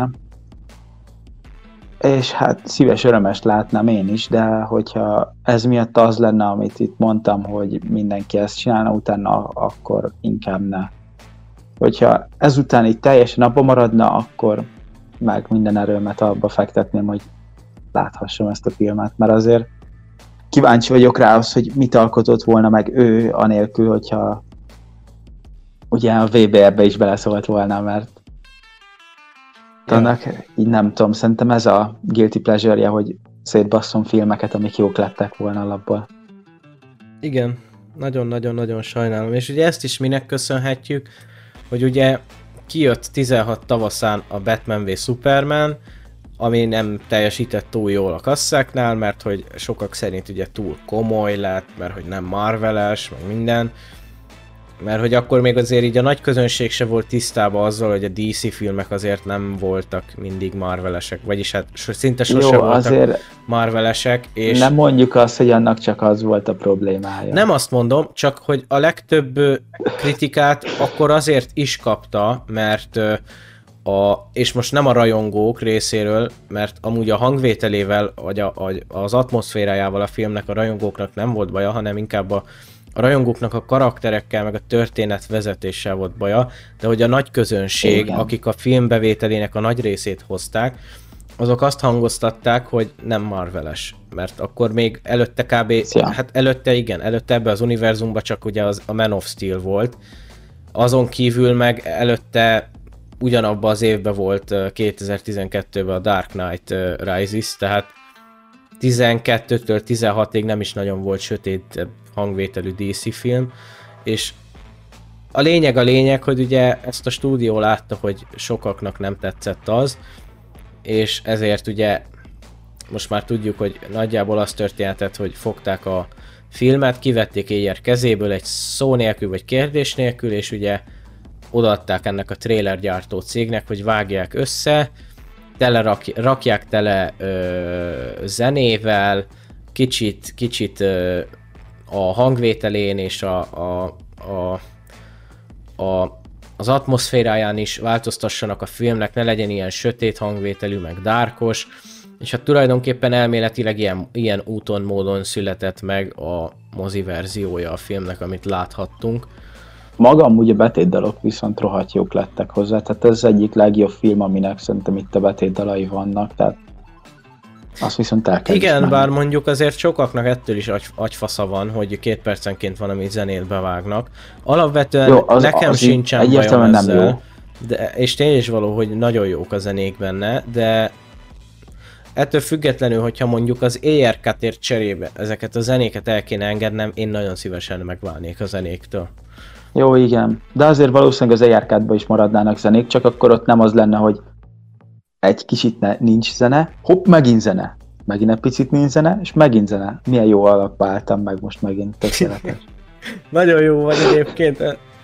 És hát szíves örömest látnám én is, de hogyha ez miatt az lenne, amit itt mondtam, hogy mindenki ezt csinálna, utána akkor inkább ne. Hogyha ezután itt teljesen abba maradna, akkor meg minden erőmet abba fektetném, hogy láthassam ezt a filmet, mert azért kíváncsi vagyok rá az, hogy mit alkotott volna meg ő, anélkül, hogyha ugye a VBR-be is beleszólt volna, mert annak így nem tudom, szerintem ez a guilty pleasure-je, hogy szétbasszom filmeket, amik jók lettek volna alapból.
Igen, nagyon-nagyon-nagyon sajnálom, és ugye ezt is minek köszönhetjük, hogy ugye kijött 16 tavaszán a Batman v Superman, ami nem teljesített túl jól a kasszáknál, mert hogy sokak szerint ugye túl komoly lett, mert hogy nem Marvel-es, meg minden, mert hogy akkor még azért így a nagy közönség se volt tisztában azzal, hogy a DC filmek azért nem voltak mindig Marvel-esek, vagyis hát szinte sose voltak Marvel-esek, és...
Nem mondjuk azt, hogy annak csak az volt a problémája.
Nem azt mondom, csak hogy a legtöbb kritikát akkor azért is kapta, mert és most nem a rajongók részéről, mert amúgy a hangvételével, vagy az atmoszférájával a filmnek a rajongóknak nem volt baja, hanem inkább a rajongóknak a karakterekkel, meg a történet vezetéssel volt baja, de hogy a nagy közönség, igen, akik a filmbevételének a nagy részét hozták, azok azt hangoztatták, hogy nem Marveles, mert akkor még előtte kb. Hát előtte ebbe az univerzumban csak ugye a Man of Steel volt, azon kívül meg előtte ugyanabban az évben volt 2012-ben a Dark Knight Rises, tehát 12-től 16-ig nem is nagyon volt sötét hangvételű DC film, és a lényeg, hogy ugye ezt a stúdió látta, hogy sokaknak nem tetszett az, és ezért ugye most már tudjuk, hogy nagyjából az történetet, hogy fogták a filmet, kivették Ayer kezéből egy szó nélkül vagy kérdés nélkül, és ugye odaadták ennek a trailer gyártó cégnek, hogy vágják össze, rakják tele zenével, kicsit a hangvételén és az atmoszféráján is változtassanak a filmnek, ne legyen ilyen sötét hangvételű, meg dárkos, és hát tulajdonképpen elméletileg ilyen úton, módon született meg a mozi verziója a filmnek, amit láthattunk.
Maga amúgy a betétdalok viszont rohadt jók lettek hozzá, tehát ez az egyik legjobb film, aminek szerintem itt a betétdalai vannak, tehát azt viszont el kell
igen,
ismerni.
Bár mondjuk azért sokaknak ettől is agyfasza van, hogy 2 percenként van, amit zenét bevágnak. Alapvetően jó, nekem sincsen bajom ezzel, és tényleg is való, hogy nagyon jók a zenék benne, de ettől függetlenül, hogyha mondjuk az Ayer cut-ért cserébe ezeket a zenéket el kéne engednem, én nagyon szívesen megválnék a zenéktől.
Jó, igen. De azért valószínűleg az Ayer cut-ba is maradnának zenék, csak akkor ott nem az lenne, hogy egy kicsit nincs zene, hopp, megint zene. Megint egy picit nincs zene, és megint zene. Milyen jó alapba álltam meg most megint, tökéletes.
Nagyon jó vagy egyébként.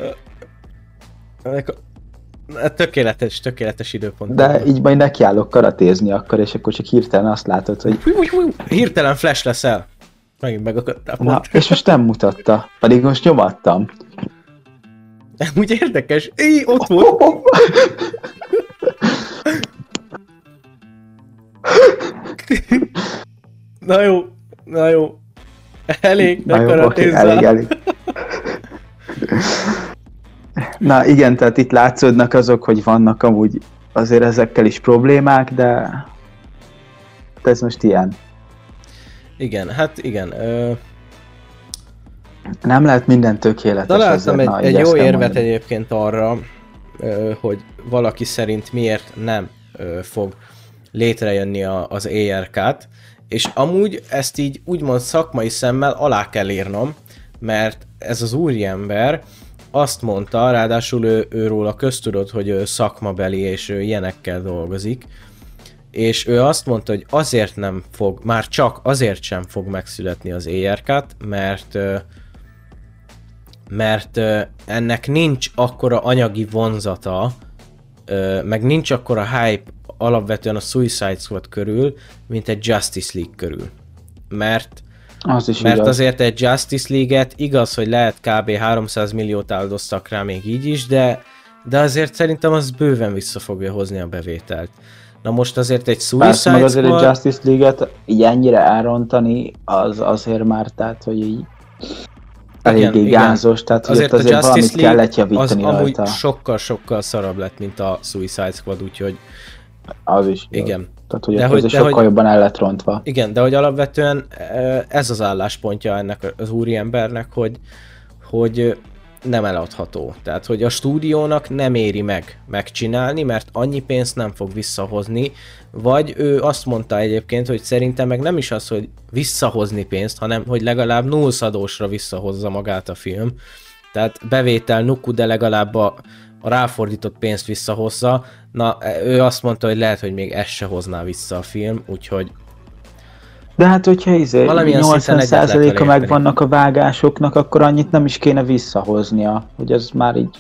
Tökéletes időpont.
De így majd nekiállok karatézni akkor, és akkor csak hirtelen azt látod, hogy...
Hirtelen flash leszel. Megint megakadtál pont.
Na, és most nem mutatta, pedig most nyomattam.
Úgy érdekes. Ott volt. Na jó. Elég, ne karatézzál.
Elég. Na igen, tehát itt látszódnak azok, hogy vannak amúgy azért ezekkel is problémák, de ez most ilyen.
Igen, hát igen.
Nem lehet minden tökéletes.
Találtam egy jó érvet egyébként arra, hogy valaki szerint miért nem fog létrejönni az Ayer cut, és amúgy ezt így úgymond szakmai szemmel alá kell írnom, mert ez az úriember azt mondta, ráadásul őróla köztudott, hogy ő szakmabeli és ő ilyenekkel dolgozik, és ő azt mondta, hogy azért nem fog, már csak azért sem fog megszületni az Ayer cut, mert ennek nincs akkora anyagi vonzata, meg nincs akkora hype alapvetően a Suicide Squad körül, mint egy Justice League körül. Mert azért egy Justice League-et igaz, hogy lehet kb. 300 milliót áldoztak rá még így is, de azért szerintem az bőven vissza fogja hozni a bevételt. Na most azért egy Suicide Squad...
meg azért egy Justice League-et így ennyire elrontani, az azért már, tehát, hogy így eléggé gázos, tehát
azért
valamit kellett javítani
az
rajta.
amúgy sokkal szarabb lett, mint a Suicide Squad, úgyhogy...
Az is.
Igen.
Tehát, hogy ez sokkal jobban el lett rontva.
Igen, de hogy alapvetően ez az álláspontja ennek az úriembernek, hogy nem eladható. Tehát, hogy a stúdiónak nem éri megcsinálni, mert annyi pénzt nem fog visszahozni, vagy ő azt mondta egyébként, hogy szerintem meg nem is az, hogy visszahozni pénzt, hanem hogy legalább nullszadósra visszahozza magát a film. Tehát bevétel nuku, de legalább a ráfordított pénzt visszahozza. Na, ő azt mondta, hogy lehet, hogy még ezt se hozná vissza a film, úgyhogy...
De hát, hogyha 80%-a megvannak a vágásoknak, akkor annyit nem is kéne visszahoznia, hogy ez már így...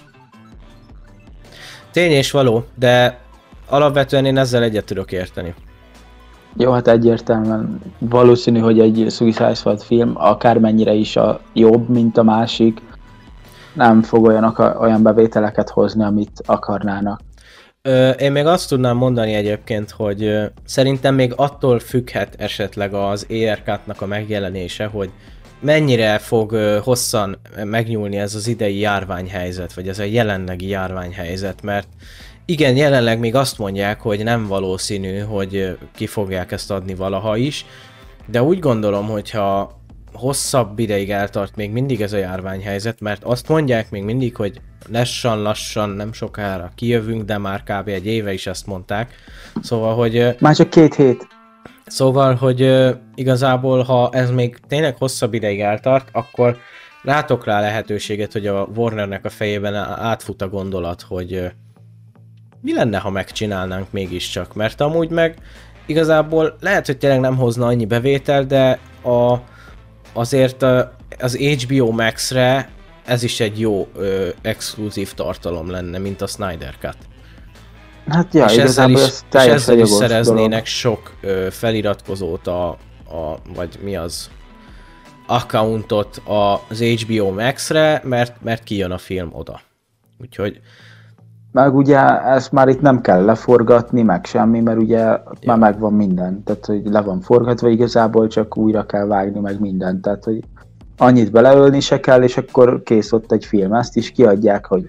Tény és való, de alapvetően én ezzel egyet tudok érteni.
Jó, hát egyértelműen valószínű, hogy egy Suicide Squad film akármennyire is a jobb, mint a másik, nem fog olyan bevételeket hozni, amit akarnának.
Én még azt tudnám mondani egyébként, hogy szerintem még attól függhet esetleg az ARK-nak a megjelenése, hogy mennyire fog hosszan megnyúlni ez az idei járványhelyzet, vagy ez a jelenlegi járványhelyzet, mert igen, jelenleg még azt mondják, hogy nem valószínű, hogy ki fogják ezt adni valaha is, de úgy gondolom, hogyha hosszabb ideig eltart még mindig ez a járványhelyzet, mert azt mondják még mindig, hogy lassan, nem sokára kijövünk, de már kb. Egy éve is ezt mondták. Szóval, hogy...
Már csak 2 hét.
Szóval, hogy igazából, ha ez még tényleg hosszabb ideig eltart, akkor látok rá lehetőséget, hogy a Warnernek a fejében átfut a gondolat, hogy mi lenne, ha megcsinálnánk mégiscsak, mert amúgy meg igazából lehet, hogy tényleg nem hozna annyi bevétel, de azért az HBO Max-re ez is egy jó exkluzív tartalom lenne, mint a Snyder Cut.
Hát ja,
és ezzel is szereznének dolog. Sok feliratkozót vagy mi az, accountot az HBO Max-re, mert kijön a film oda. Úgyhogy...
Meg ugye ezt már itt nem kell leforgatni, meg semmi, mert ugye már megvan minden. Tehát, hogy le van forgatva igazából, csak újra kell vágni meg mindent. Tehát, hogy annyit beleölni se kell, és akkor kész ott egy film. Ezt is kiadják, hogy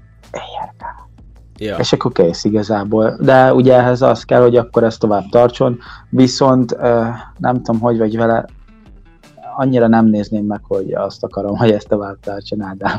ja.
És akkor kész igazából. De ugye ehhez az kell, hogy akkor ezt tovább tartson. Viszont nem tudom, hogy vagy vele, annyira nem nézném meg, hogy azt akarom, hogy ezt tovább tartson, Ádám.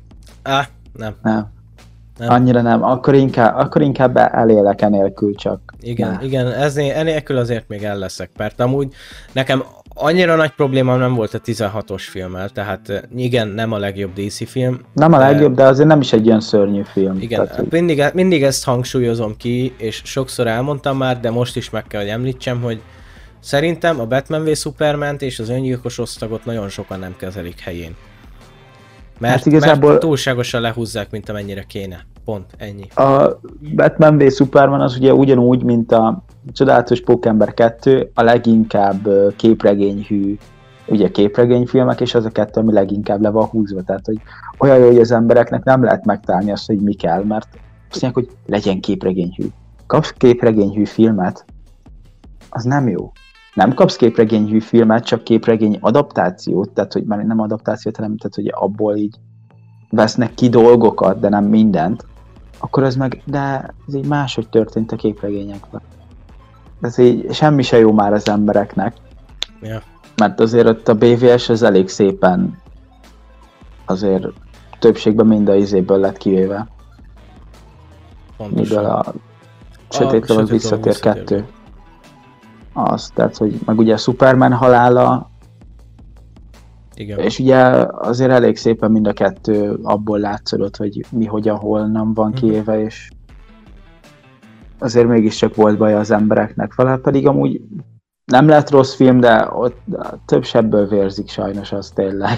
Nem.
Annyira nem, akkor inkább elélek enélkül csak.
Igen, enélkül azért még el leszek, mert amúgy nekem annyira nagy problémám nem volt a 16-os filmmel, tehát igen, nem a legjobb DC film.
Nem a legjobb, de azért nem is egy olyan szörnyű film.
Igen, tehát, hogy... mindig ezt hangsúlyozom ki, és sokszor elmondtam már, de most is meg kell, hogy említsem, hogy szerintem a Batman v Superman-t és az öngyilkos osztagot nagyon sokan nem kezelik helyén. Mert túlságosan lehúzzák, mint amennyire kéne. Pont, ennyi.
A Batman v Superman az ugye ugyanúgy, mint a Csodálatos Pókember 2, a leginkább képregényhű, ugye képregényfilmek, és az a kettő, ami leginkább le van húzva. Tehát, hogy olyan jó, hogy az embereknek nem lehet megtalálni azt, hogy mi kell, mert azt mondják, hogy legyen képregényhű. Kapsz képregényhű filmet, az nem jó. Nem kapsz képregényhű filmet, csak képregény adaptációt, tehát hogy már nem adaptációt, hanem tehát, hogy abból így vesznek ki dolgokat, de nem mindent, akkor ez meg, de ez így máshogy történt a képregényekben. Ez így semmi se jó már az embereknek.
Ja.
Mert azért ott a BVS az elég szépen azért többségben mind a izéből lett kivéve. Pontosan. Miből a Sötét Lovag visszatér 2. Az, tehát, hogy meg ugye a Superman halála, igen. És ugye azért elég szépen mind a kettő abból látszódott, hogy mi, hogyan, hol nem van kiéve, és azért mégiscsak volt baj az embereknek vele, pedig amúgy nem lett rossz film, de ott több sebből vérzik sajnos az tényleg.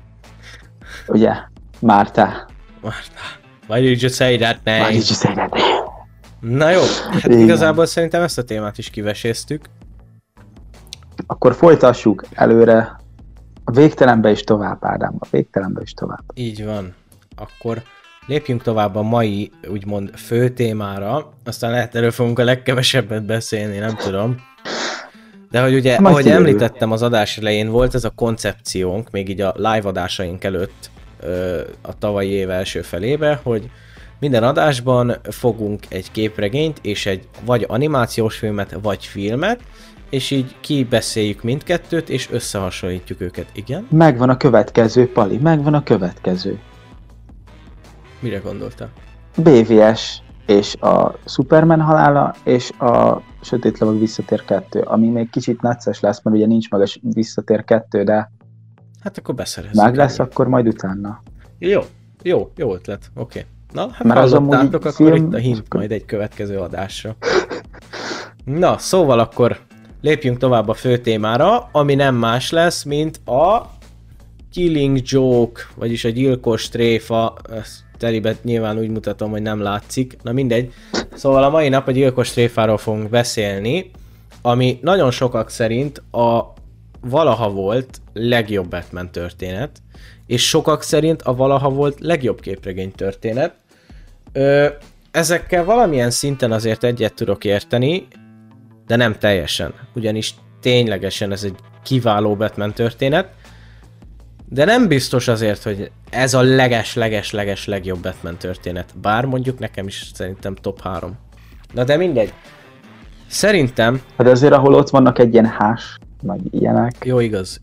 Ugye? Márta.
Why did you say that, man?
Why did you say that, man?
Na jó, hát igazából szerintem ezt a témát is kiveséztük.
Akkor folytassuk előre a végtelenbe is tovább, Ádám, a végtelenbe is tovább.
Így van. Akkor lépjünk tovább a mai, úgymond, fő témára. Aztán lehet erről fogunk a legkevesebbet beszélni, nem tudom. De hogy ugye, ahogy említettem az adás elején, volt ez a koncepciónk, még így a live adásaink előtt a tavalyi év első felébe, hogy minden adásban fogunk egy képregényt és egy vagy animációs filmet, vagy filmet, és így kibeszéljük mindkettőt, és összehasonlítjuk őket, igen?
Megvan a következő, Pali, megvan a következő.
Mire gondoltál?
BVS és a Superman halála, és a Sötét Lovag visszatér 2, ami még kicsit necces lesz, mert ugye nincs meg a visszatér 2, de
hát akkor beszerezzük.
Meg lesz, akkor majd utána.
Jó ötlet, oké. Na, hát hallottátok, akkor itt a hint majd egy következő adásra. Na, szóval akkor lépjünk tovább a fő témára, ami nem más lesz, mint a Killing Joke, vagyis a gyilkos tréfa. Ezt telibet nyilván úgy mutatom, hogy nem látszik. Na mindegy. Szóval a mai nap a gyilkos tréfáról fogunk beszélni, ami nagyon sokak szerint a valaha volt legjobb Batman történet, és sokak szerint a valaha volt legjobb képregény történet. ezekkel valamilyen szinten azért egyet tudok érteni, de nem teljesen. Ugyanis ténylegesen ez egy kiváló Batman történet, de nem biztos azért, hogy ez a leges legjobb Batman történet. Bár mondjuk nekem is szerintem top 3. Na de mindegy. Szerintem...
Hát azért, ahol ott vannak egy ilyen hás, meg ilyenek.
Jó, igaz.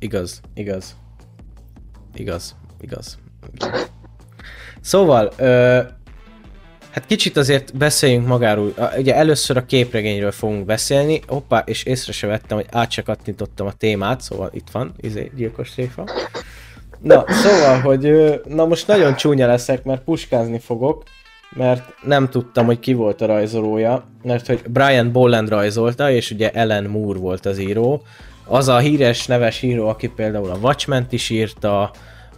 Szóval, hát kicsit azért beszéljünk magáról. Ugye először a képregényről fogunk beszélni. Hoppá, és észre se vettem, hogy át se kattintottam a témát, szóval itt van, gyilkos tréfa. Na, szóval, hogy na most nagyon csúnya leszek, mert puskázni fogok, mert nem tudtam, hogy ki volt a rajzolója, mert hogy Brian Bolland rajzolta, és ugye Alan Moore volt az író. Az a híres, neves író, aki például a Watchmen-t is írta,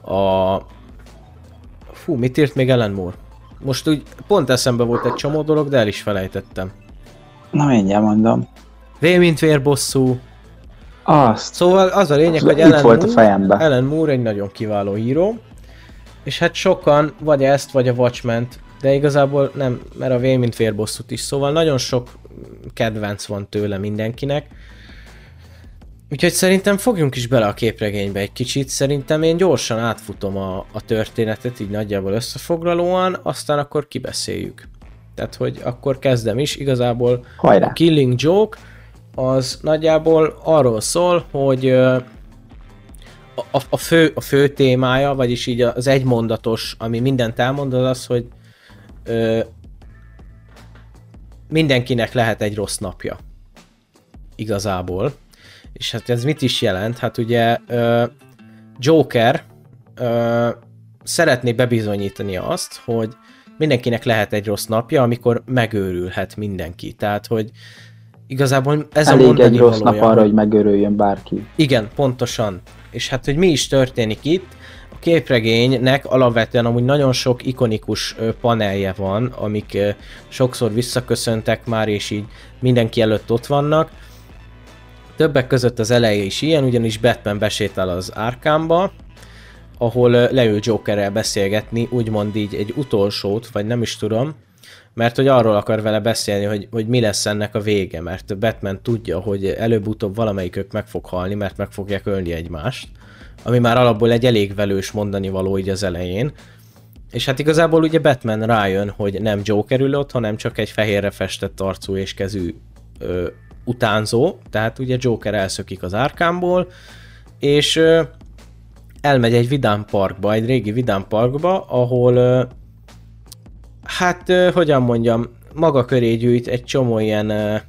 mit írt még Alan Moore? Most úgy pont eszembe volt egy csomó dolog, de el is felejtettem.
Na mindjárt mondom.
V mint vérbosszú.
Azt.
Szóval az a lényeg, hogy Alan Moore egy nagyon kiváló író, és hát sokan vagy ezt, vagy a Watchmen-t, de igazából nem, mert a V mint vérbosszút is, szóval nagyon sok kedvenc van tőle mindenkinek. Úgyhogy szerintem fogjunk is bele a képregénybe egy kicsit, szerintem én gyorsan átfutom a történetet, így nagyjából összefoglalóan, aztán akkor kibeszéljük. Tehát, hogy akkor kezdem is, igazából
Hajrá.
A Killing Joke az nagyjából arról szól, hogy a fő témája, vagyis így az egymondatos, ami mindent elmond, az, hogy mindenkinek lehet egy rossz napja. Igazából. És hát ez mit is jelent? Hát ugye Joker szeretné bebizonyítani azt, hogy mindenkinek lehet egy rossz napja, amikor megőrülhet mindenki. Tehát, hogy igazából ez
elég
a mondani
egy rossz
valója,
nap arra, hogy megőrüljön bárki.
Igen, pontosan. És hát, hogy mi is történik itt, a képregénynek alapvetően amúgy nagyon sok ikonikus panelje van, amik sokszor visszaköszöntek már, és így mindenki előtt ott vannak. Többek között az eleje is ilyen, ugyanis Batman besétál az Arkhamba, ahol leül Jokerrel beszélgetni, úgymond így egy utolsót, vagy nem is tudom, mert hogy arról akar vele beszélni, hogy mi lesz ennek a vége, mert Batman tudja, hogy előbb-utóbb valamelyikük meg fog halni, mert meg fogják ölni egymást, ami már alapból egy elég velős mondani való így az elején. És hát igazából ugye Batman rájön, hogy nem Joker ül ott, hanem csak egy fehérre festett arcú és kezű utánzó, tehát ugye Joker elszökik az Arkhamból, és elmegy egy vidám parkba, egy régi vidám parkba, ahol hogyan mondjam, maga köré gyűjt egy csomó ilyen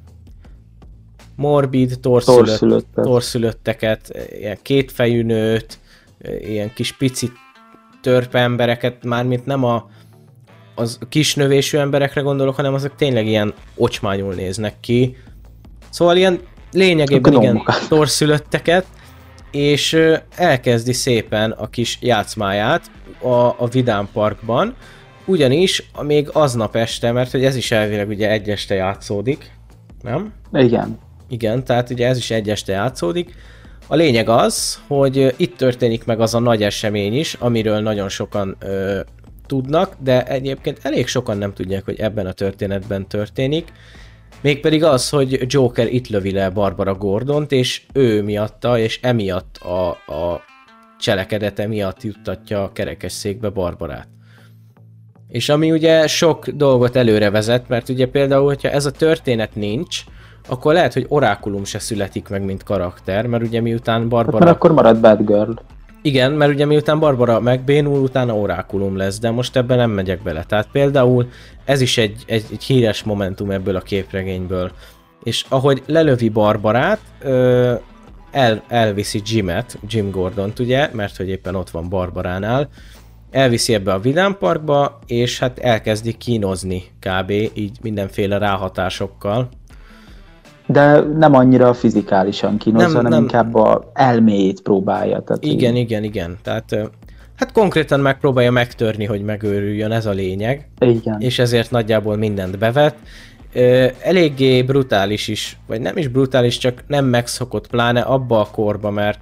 morbid, torszülötteket, ilyen kétfejű nőt, ilyen kis pici törpe embereket, mármint nem az kisnövésű emberekre gondolok, hanem azok tényleg ilyen ocsmányul néznek ki. Szóval ilyen lényegében igen torszülötteket, és elkezdi szépen a kis játszmáját a vidám parkban, ugyanis még aznap este, mert hogy ez is elvileg ugye egy este játszódik, nem?
Igen.
Igen, tehát ugye ez is egy este játszódik. A lényeg az, hogy itt történik meg az a nagy esemény is, amiről nagyon sokan tudnak, de egyébként elég sokan nem tudják, hogy ebben a történetben történik. Mégpedig az, hogy Joker itt lövi le Barbara Gordont, és ő miatta, és emiatt a cselekedete miatt juttatja a kerekesszékbe Barbarát. És ami ugye sok dolgot előre vezet, mert ugye például, hogyha ez a történet nincs, akkor lehet, hogy Orákulum se születik meg, mint karakter, mert ugye miután Barbara...
Hát, mert akkor marad Batgirl.
Igen, mert ugye miután Barbara megbénul, utána Orákulum lesz, de most ebben nem megyek bele. Tehát például ez is egy híres momentum ebből a képregényből. És ahogy lelövi Barbarát, elviszi Jim Gordont ugye, mert hogy éppen ott van Barbaránál, elviszi ebbe a vidámparkba, és hát elkezdi kínozni kb. Így mindenféle ráhatásokkal.
De nem annyira fizikálisan kínozza, hanem inkább a elméjét próbálja. Tehát
igen. Tehát hát konkrétan megpróbálja megtörni, hogy megőrüljön, ez a lényeg.
Igen. És
ezért nagyjából mindent bevet. Eléggé brutális is, vagy nem is brutális, csak nem megszokott, pláne abba a korba, mert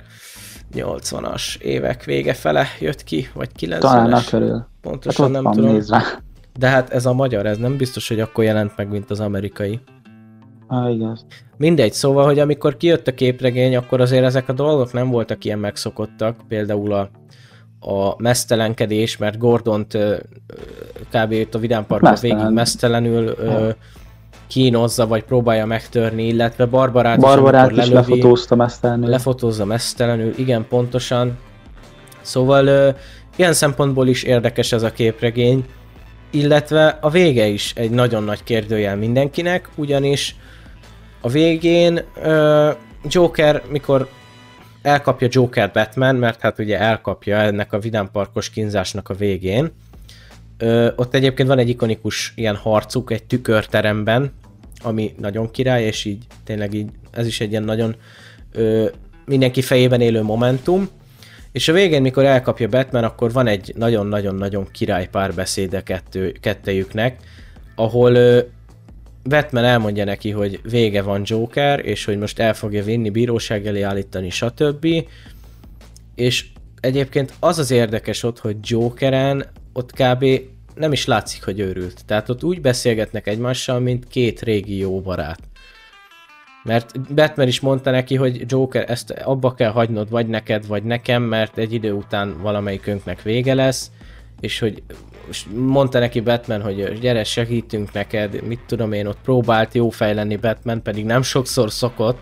80-as évek vége fele jött ki, vagy 90-es.
Talán a körül.
Pontosan hát nem tudom. De hát ez a magyar, ez nem biztos, hogy akkor jelent meg, mint az amerikai.
Igaz.
Mindegy, szóval, hogy amikor kijött a képregény, akkor azért ezek a dolgok nem voltak ilyen megszokottak, például a meztelenkedés, mert Gordont kb. A Vidám Parkon végig meztelenül kínozza, vagy próbálja megtörni, illetve Barbarát is
lefotózta meztelenül.
Lefotózza meztelenül, igen, pontosan. Szóval ilyen szempontból is érdekes ez a képregény, illetve a vége is egy nagyon nagy kérdőjel mindenkinek, ugyanis a végén Joker, mikor elkapja Joker Batman, mert hát ugye elkapja ennek a Vidám Parkos kínzásnak a végén, ott egyébként van egy ikonikus ilyen harcuk egy tükörteremben, ami nagyon király, és így tényleg így, ez is egy ilyen nagyon mindenki fejében élő momentum, és a végén, mikor elkapja Batman, akkor van egy nagyon-nagyon-nagyon király párbeszéde kettejüknek, ahol Batman elmondja neki, hogy vége van Joker, és hogy most el fogja vinni, bíróság elé állítani, stb. És egyébként az érdekes ott, hogy Jokeren ott kb. Nem is látszik, hogy őrült. Tehát ott úgy beszélgetnek egymással, mint két régi jó barát. Mert Batman is mondta neki, hogy Joker, ezt abba kell hagynod, vagy neked, vagy nekem, mert egy idő után valamelyikünknek vége lesz, és hogy mondta neki Batman, hogy gyere, segítünk neked, mit tudom én, ott próbált jó fej lenni Batman, pedig nem sokszor szokott.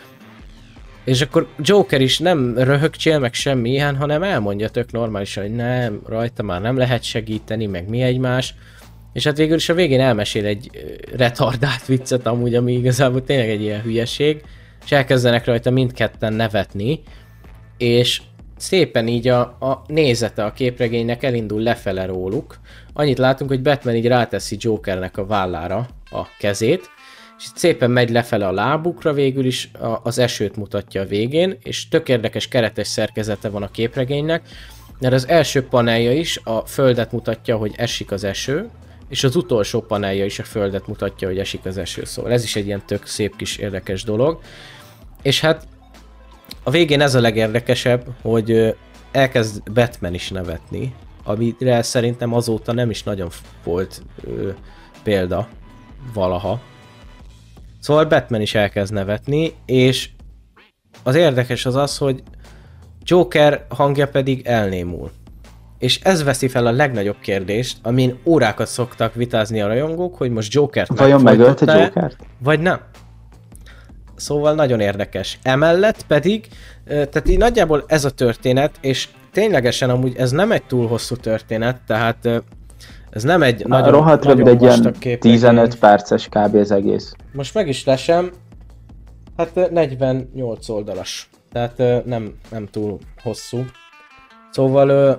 És akkor Joker is nem röhögcsél, meg semmi ilyen, hanem elmondja tök normálisan, hogy nem, rajta már nem lehet segíteni, meg mi egymás. És hát végül is a végén elmesél egy retardált viccet amúgy, ami igazából tényleg egy ilyen hülyeség, és elkezdenek rajta mindketten nevetni, és szépen így a nézete a képregénynek elindul lefele róluk. Annyit látunk, hogy Batman így ráteszi Jokernek a vállára a kezét, és itt szépen megy lefele a lábukra, végül is az esőt mutatja a végén, és tök érdekes keretes szerkezete van a képregénynek, mert az első panelja is a földet mutatja, hogy esik az eső, és az utolsó panelja is a földet mutatja, hogy esik az eső, szóval ez is egy ilyen tök szép kis érdekes dolog. És hát a végén ez a legérdekesebb, hogy elkezd Batman is nevetni, amire szerintem azóta nem is nagyon volt példa valaha. Szóval Batman is elkezd nevetni, és az érdekes az, hogy Joker hangja pedig elnémul. És ez veszi fel a legnagyobb kérdést, amin órákat szoktak vitázni a rajongók, hogy most Jokert
vajon megölte Jokert?
Vagy nem. Szóval nagyon érdekes. Emellett pedig, tehát így nagyjából ez a történet, és ténylegesen amúgy ez nem egy túl hosszú történet, tehát ez nem egy nagyon
rohadt rövid, egy ilyen 15 perces kb. Az egész.
Most meg is lesem, hát 48 oldalas, tehát nem túl hosszú. Szóval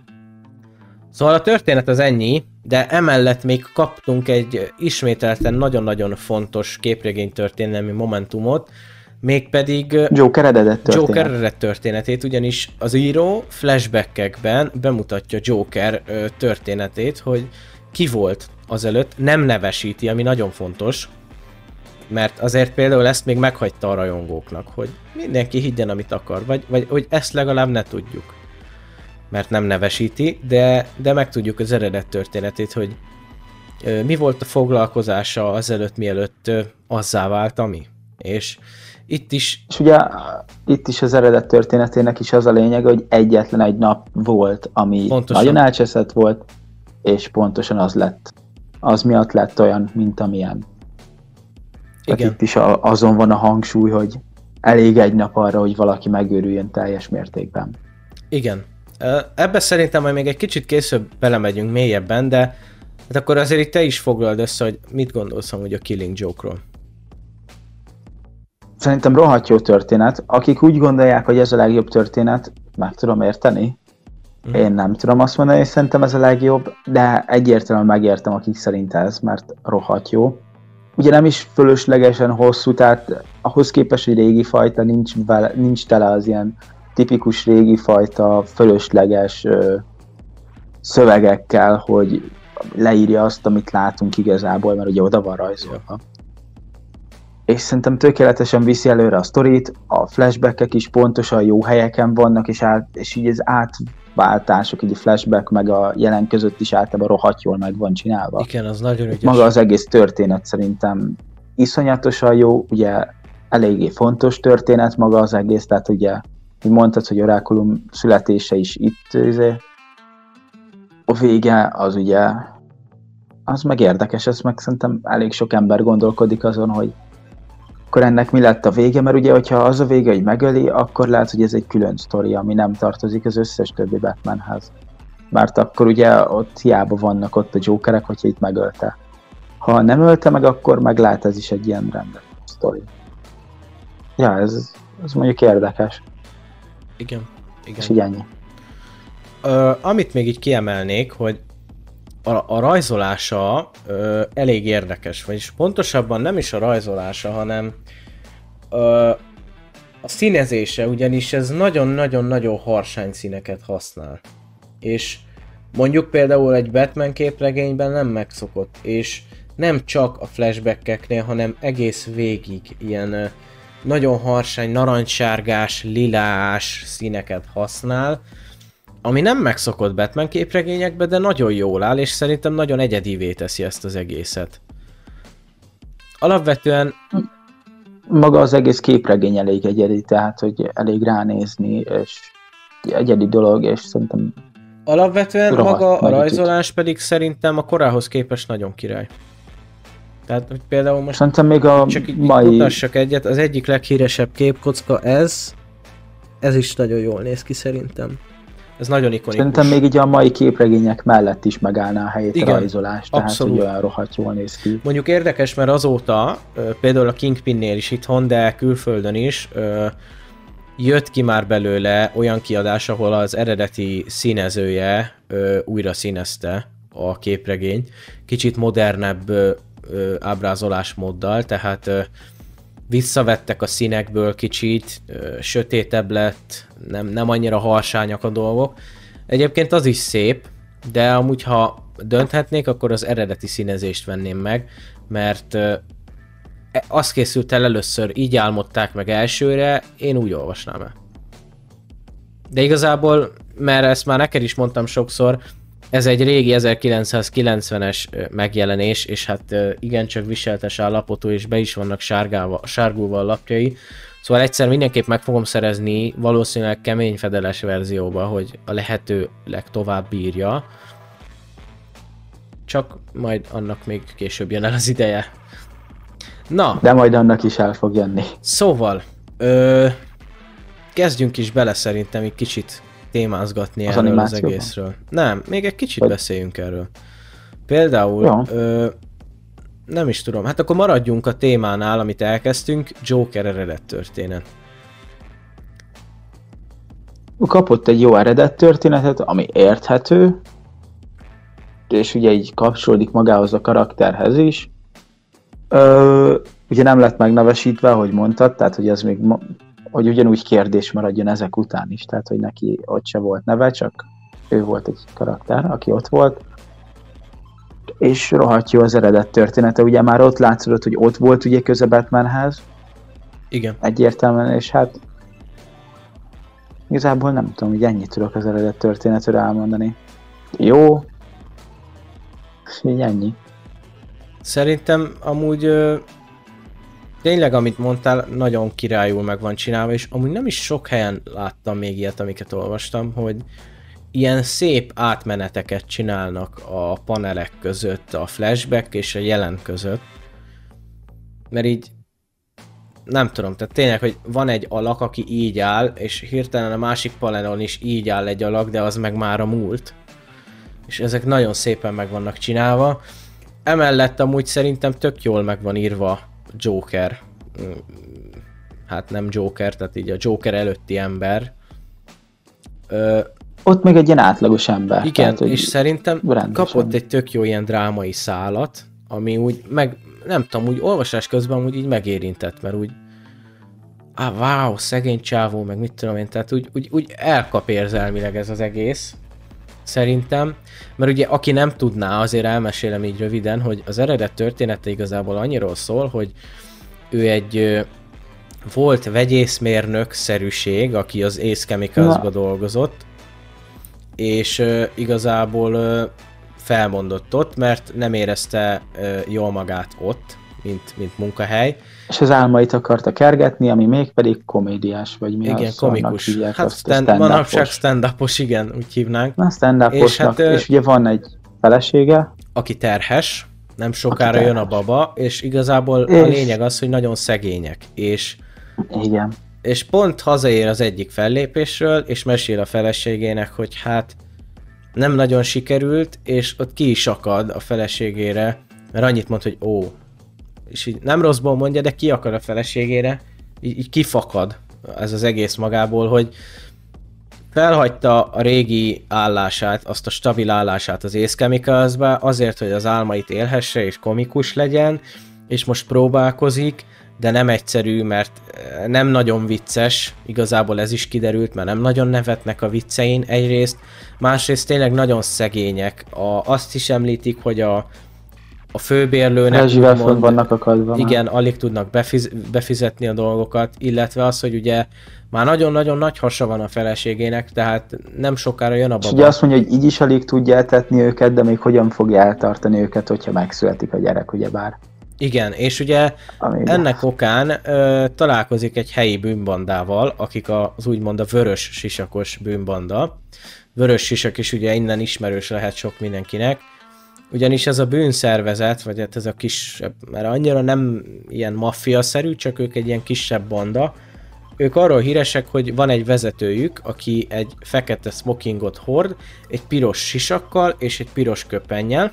a történet az ennyi, de emellett még kaptunk egy ismételten nagyon-nagyon fontos képregény történelmi momentumot, mégpedig
Joker
eredet történetét, ugyanis az író flashbackekben bemutatja Joker történetét, hogy ki volt azelőtt, nem nevesíti, ami nagyon fontos, mert azért például ezt még meghagyta a rajongóknak, hogy mindenki higgyen, amit akar, vagy hogy ezt legalább ne tudjuk. Mert nem nevesíti, de megtudjuk az eredet történetét, hogy mi volt a foglalkozása azelőtt, mielőtt azzá vált, ami. És itt is...
És ugye itt is az eredet történetének is az a lényeg, hogy egyetlen egy nap volt, ami pontosan nagyon elcseszett volt, és pontosan az miatt lett olyan, mint amilyen. Tehát itt is azon van a hangsúly, hogy elég egy nap arra, hogy valaki megőrüljön teljes mértékben.
Igen. Ebbe szerintem majd még egy kicsit később belemegyünk mélyebben, de hát akkor azért itt te is foglald össze, hogy mit gondolsz amúgy a Killing Joke-ról.
Szerintem rohadt jó történet. Akik úgy gondolják, hogy ez a legjobb történet, meg tudom érteni. Én nem tudom azt mondani, hogy szerintem ez a legjobb, de egyértelműen megértem, akik szerint ez, mert rohadt jó. Ugye nem is fölöslegesen hosszú, tehát ahhoz képest, hogy régi fajta nincs tele az ilyen tipikus régi fajta fölösleges szövegekkel, hogy leírja azt, amit látunk igazából, mert ugye oda van rajzolva. És szerintem tökéletesen viszi előre a sztorit, a flashbackek is pontosan jó helyeken vannak, és így ez váltások, így a flashback meg a jelen között is általában rohadt jól meg van csinálva.
Igen, az nagyon ügyes.
Maga az egész történet szerintem iszonyatosan jó, ugye eléggé fontos történet maga az egész, tehát ugye, hogy mondtad, hogy Orákulum születése is itt, a vége az ugye, az meg érdekes, ez meg szerintem elég sok ember gondolkodik azon, hogy akkor ennek mi lett a vége, mert ugye, hogyha az a vége, hogy megöli, akkor lehet, hogy ez egy külön sztori, ami nem tartozik az összes többi Batmanhez. Mert akkor ugye ott hiába vannak ott a Jokerek, hogyha itt megölte. Ha nem ölte meg, akkor meg lehet ez is egy ilyen rendes sztori. Ja, ez mondjuk érdekes.
Igen.
És így ennyi.
Amit még így kiemelnék, hogy a rajzolása elég érdekes, vagyis pontosabban nem is a rajzolása, hanem a színezése, ugyanis ez nagyon-nagyon-nagyon harsány színeket használ. És mondjuk például egy Batman képregényben nem megszokott, és nem csak a flashbackeknél, hanem egész végig ilyen nagyon harsány, narancssárgás, lilás színeket használ, ami nem megszokott Batman képregényekbe, de nagyon jól áll, és szerintem nagyon egyedivé teszi ezt az egészet. Alapvetően...
Maga az egész képregény elég egyedi, tehát hogy elég ránézni, és egyedi dolog, és szerintem...
Alapvetően maga a rajzolás pedig szerintem a korához képest nagyon király. Tehát, hogy például most
szerintem még a
csak így
mai...
mutassak egyet, az egyik leghíresebb képkocka ez is nagyon jól néz ki szerintem. Ez nagyon ikonikus.
Szerintem még így a mai képregények mellett is megállná a helyét. Igen, a rajzolás, tehát
abszolút.
Hogy olyan rohadt jól néz ki.
Mondjuk érdekes, mert azóta, például a Kingpinnél is itthon, de külföldön is, jött ki már belőle olyan kiadás, ahol az eredeti színezője újra színezte a képregényt. Kicsit modernebb ábrázolásmóddal, tehát visszavettek a színekből kicsit, sötétebb lett, nem annyira harsányak a dolgok. Egyébként az is szép, de amúgy ha dönthetnék, akkor az eredeti színezést venném meg, mert az készült el először, így álmodták meg elsőre, én úgy olvasnám el. De igazából, mert ezt már neked is mondtam sokszor, ez egy régi 1990-es megjelenés, és hát igencsak viseltes állapotú, és be is vannak sárgulva a lapjai. Szóval egyszer mindenképp meg fogom szerezni, valószínűleg kemény fedeles verzióba, hogy a lehető legtovább bírja. Csak majd annak még később jön el az ideje. Na.
De majd annak is el fog jönni.
Szóval, kezdjünk is bele szerintem egy kicsit témázgatni az erről az egészről. Nem, még egy kicsit beszéljünk erről. Például, nem is tudom, hát akkor maradjunk a témánál, amit elkezdtünk, Joker eredet történet.
Kapott egy jó eredet történetet, ami érthető, és ugye így kapcsolódik magához a karakterhez is. Ugye nem lett megnevesítve, ahogy mondtad, tehát hogy ez még hogy ugyanúgy kérdés maradjon ezek után is, tehát hogy neki ott se volt neve, csak ő volt egy karakter, aki ott volt. És rohadt jó az eredet története, ugye már ott látszott, hogy ott volt ugye köze Batmanhez.
Igen.
Egyértelműen, és hát igazából nem tudom, hogy ennyit tudok az eredet történetről elmondani. Jó, így ennyi.
Szerintem amúgy tényleg, amit mondtál, nagyon királyul meg van csinálva, és amúgy nem is sok helyen láttam még ilyet, amiket olvastam, hogy ilyen szép átmeneteket csinálnak a panelek között, a flashback és a jelen között. Mert így nem tudom, tehát tényleg, hogy van egy alak, aki így áll, és hirtelen a másik panelon is így áll egy alak, de az meg már a múlt. És ezek nagyon szépen meg vannak csinálva. Emellett amúgy szerintem tök jól meg van írva Joker. Hát nem Joker, tehát így a Joker előtti ember.
Ott meg egy ilyen átlagos ember.
Igen, tehát, és szerintem kapott egy tök jó ilyen drámai szálat, ami úgy meg, nem tudom, úgy olvasás közben úgy így megérintett, mert úgy wow, szegény csávó, meg mit tudom én, tehát úgy elkap érzelmileg ez az egész. Szerintem, mert ugye aki nem tudná, azért elmesélem így röviden, hogy az eredet története igazából annyiról szól, hogy ő egy volt vegyészmérnök-szerűség, aki az Ace Chemicals-ba dolgozott, és igazából felmondott ott, mert nem érezte jól magát ott, mint munkahely.
És az álmait akarta kergetni, ami mégpedig komédiás, vagy mi
igen,
az
komikus. Hát manapság stand-upos, igen, úgy hívnánk.
Na, stand-uposnak, és ugye van egy felesége.
Aki terhes, nem sokára jön a baba, és igazából a lényeg az, hogy nagyon szegények,
igen.
És pont hazaér az egyik fellépésről, és mesél a feleségének, hogy hát nem nagyon sikerült, és ott ki is akad a feleségére, mert annyit mond, hogy ó. És így nem rosszból mondja, de ki akad a feleségére, így kifakad ez az egész magából, hogy felhagyta a régi állását, azt a stabil állását az Ace Chemicals-be, azért, hogy az álmait élhesse és komikus legyen, és most próbálkozik, de nem egyszerű, mert nem nagyon vicces, igazából ez is kiderült, mert nem nagyon nevetnek a viccein egyrészt, másrészt tényleg nagyon szegények. Azt is említik, hogy a főbérlőnek
vannak akadva.
Igen, alig tudnak befizetni a dolgokat, illetve az, hogy ugye már nagyon-nagyon nagy hasa van a feleségének, tehát nem sokára jön a baba.
És ugye azt mondja, hogy így is alig tudja eltetni őket, de még hogyan fogja eltartani őket, hogyha megszületik a gyerek, ugyebár.
Igen, és ugye ennek okán találkozik egy helyi bűnbandával, akik az úgymond a vörös sisakos bűnbanda. Vörös sisak is ugye innen ismerős lehet sok mindenkinek, ugyanis ez a bűnszervezet, vagy hát ez a kisebb, mert annyira nem ilyen maffia-szerű, csak ők egy ilyen kisebb banda. Ők arról híresek, hogy van egy vezetőjük, aki egy fekete smokingot hord, egy piros sisakkal és egy piros köpennyel.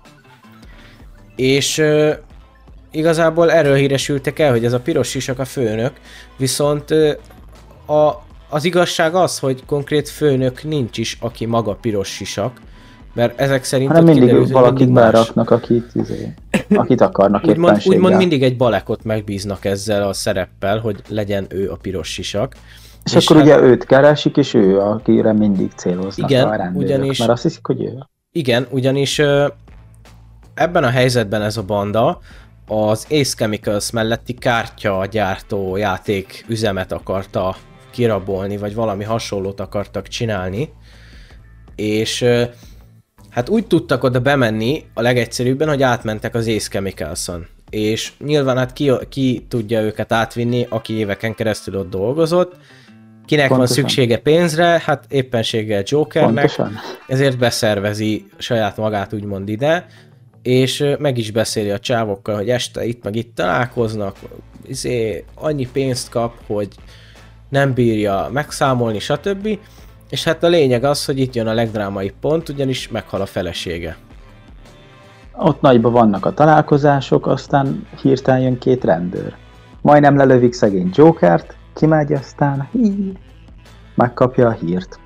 És igazából erről híresültek el, hogy ez a piros sisak a főnök, viszont az igazság az, hogy konkrét főnök nincs is, aki maga piros sisak, mert ezek szerint
hanem mindig valakit beraknak, akit akarnak éppenséggel.
Úgymond mindig egy balekot megbíznak ezzel a szereppel, hogy legyen ő a piros sisak.
És akkor ugye őt keresik, és ő, akire mindig céloznak a rendőrök, mert azt hiszik, hogy ő.
Igen, ugyanis ebben a helyzetben ez a banda az Ace Chemicals melletti kártyagyártó játék üzemet akarta kirabolni, vagy valami hasonlót akartak csinálni, és hát úgy tudtak oda bemenni a legegyszerűbben, hogy átmentek az Ace Chemicals-on. És nyilván hát ki tudja őket átvinni, aki éveken keresztül ott dolgozott, kinek van szüksége pénzre, hát éppenséggel Jokernek, ezért beszervezi saját magát úgymond ide, és meg is beszéli a csávokkal, hogy este itt meg itt találkoznak, annyi pénzt kap, hogy nem bírja megszámolni, stb. És hát a lényeg az, hogy itt jön a legdrámai pont, ugyanis meghal a felesége.
Ott nagyban vannak a találkozások, aztán hirtelen jön két rendőr. Majdnem lelövik szegény Jokert, kimegy, aztán megkapja a hírt.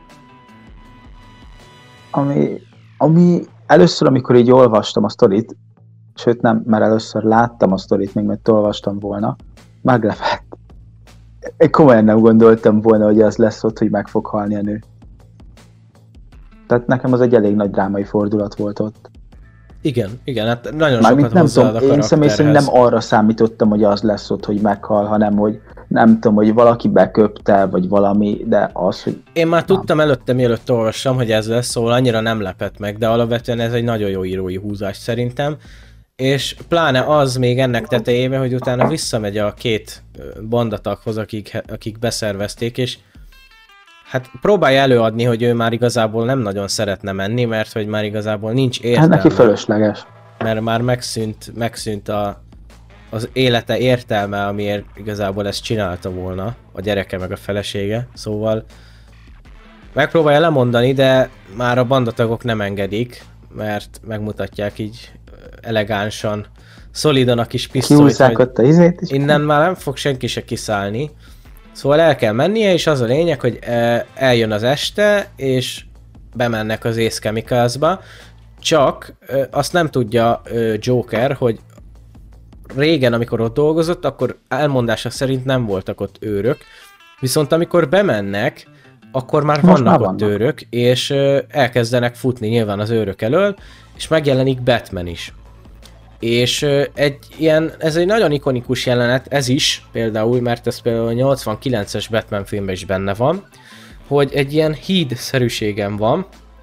Ami először, amikor így olvastam a sztorit, sőt nem, mert először láttam a sztorit, még mert olvastam volna, meglepett. Én komolyan nem gondoltam volna, hogy az lesz ott, hogy meg fog halni a nő. Tehát nekem az egy elég nagy drámai fordulat volt ott.
Igen, hát nagyon sokat hozzáad a karakterhez.
Én személy szerint nem arra számítottam, hogy az lesz ott, hogy meghal, hanem hogy nem tudom, hogy valaki beköpte, vagy valami, de az, hogy...
Én már tudtam előtte, mielőtt olvassam, hogy ez lesz, szóval annyira nem lepett meg, de alapvetően ez egy nagyon jó írói húzás szerintem. És pláne az még ennek tetejében, hogy utána visszamegy a két bandataghoz, akik beszervezték, és hát próbálja előadni, hogy ő már igazából nem nagyon szeretne menni, mert hogy már igazából nincs értelme.
Hát neki fölösleges.
Mert már megszűnt az élete értelme, amiért igazából ezt csinálta volna a gyereke meg a felesége, szóval megpróbálja lemondani, de már a bandatagok nem engedik, mert megmutatják így elegánsan, szolidan a kis pisztolyt, hogy innen már nem fog senki se kiszállni. Szóval el kell mennie, és az a lényeg, hogy eljön az este, és bemennek az Ace Chemicals-ba, csak azt nem tudja Joker, hogy régen, amikor ott dolgozott, akkor elmondása szerint nem voltak ott őrök, viszont amikor bemennek, akkor már vannak ott őrök, és elkezdenek futni nyilván az őrök elől, és megjelenik Batman is. És ez egy nagyon ikonikus jelenet, ez is például, mert ez például a 89-es Batman filmben is benne van, hogy egy ilyen híd-szerűségem van,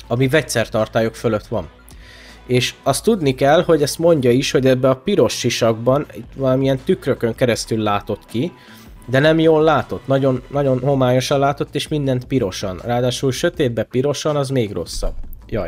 ami vegyszertartályok fölött van. És azt tudni kell, hogy ezt mondja is, hogy ebbe a piros sisakban itt valamilyen tükrökön keresztül látott ki, de nem jól látott, nagyon, nagyon homályosan látott, és mindent pirosan. Ráadásul sötétbe pirosan, az még rosszabb. Jaj.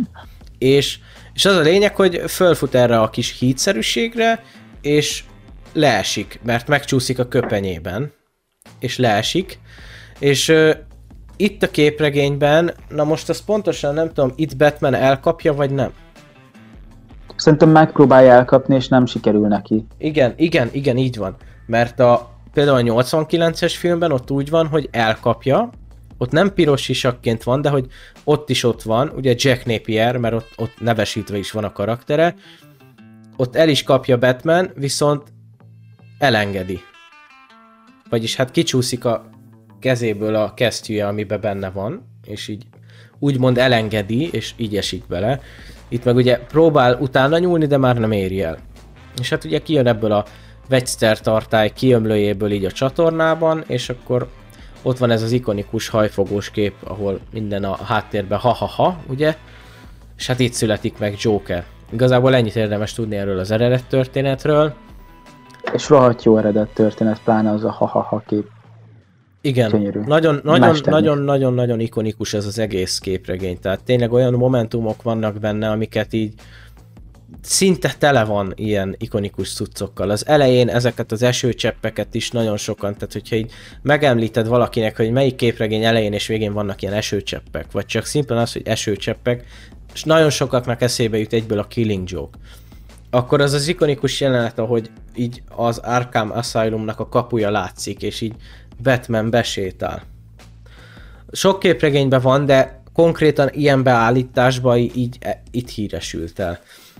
És az a lényeg, hogy fölfut erre a kis hídszerűségre, és leesik, mert megcsúszik a köpenyében, és leesik, és itt a képregényben, na most azt pontosan nem tudom, itt Batman elkapja, vagy nem?
Szerintem megpróbálja elkapni, és nem sikerül neki.
Igen, így van. Mert például a 89-es filmben ott úgy van, hogy elkapja, ott nem piros sisakként van, de hogy ott is ott van, ugye Jack Napier, mert ott nevesítve is van a karaktere, ott el is kapja Batman, viszont elengedi. Vagyis hát kicsúszik a kezéből a kesztyűje, amiben benne van, és így úgymond elengedi, és így esik bele. Itt meg ugye próbál utána nyúlni, de már nem éri el. És hát ugye kijön ebből a vegyszertartály kiömlőjéből így a csatornában, és akkor ott van ez az ikonikus hajfogós kép, ahol minden a háttérben ha-ha-ha, ugye? És hát itt születik meg Joker. Igazából ennyit érdemes tudni erről az eredet történetről.
És rohadt jó eredet történet, pláne az a ha-ha-ha kép.
Igen, nagyon-nagyon ikonikus ez az egész képregény, tehát tényleg olyan momentumok vannak benne, amiket így szinte tele van ilyen ikonikus cuccokkal. Az elején ezeket az esőcseppeket is nagyon sokan, tehát hogyha így megemlíted valakinek, hogy melyik képregény elején és végén vannak ilyen esőcseppek, vagy csak szimplán az, hogy esőcseppek, és nagyon sokaknak eszébe jut egyből a Killing Joke. Akkor az az ikonikus jelenet, ahogy így az Arkham Asylumnak a kapuja látszik, és így Batman besétál. Sok képregényben van, de konkrétan ilyen beállításban így itt híresült el.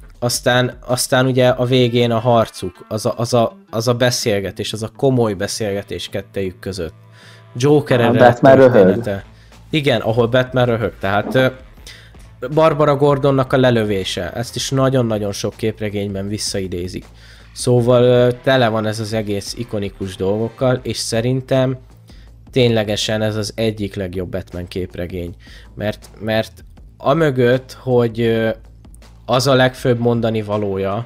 Aztán ugye a végén a harcuk, az a beszélgetés, az a komoly beszélgetés kettejük között. Joker eredet története. Igen, ahol Batman röhög, tehát Barbara Gordonnak a lelövése, ezt is nagyon-nagyon sok képregényben visszaidézik. Szóval tele van ez az egész ikonikus dolgokkal, és szerintem ténylegesen ez az egyik legjobb Batman képregény. Mert amögött, hogy az a legfőbb mondani valója,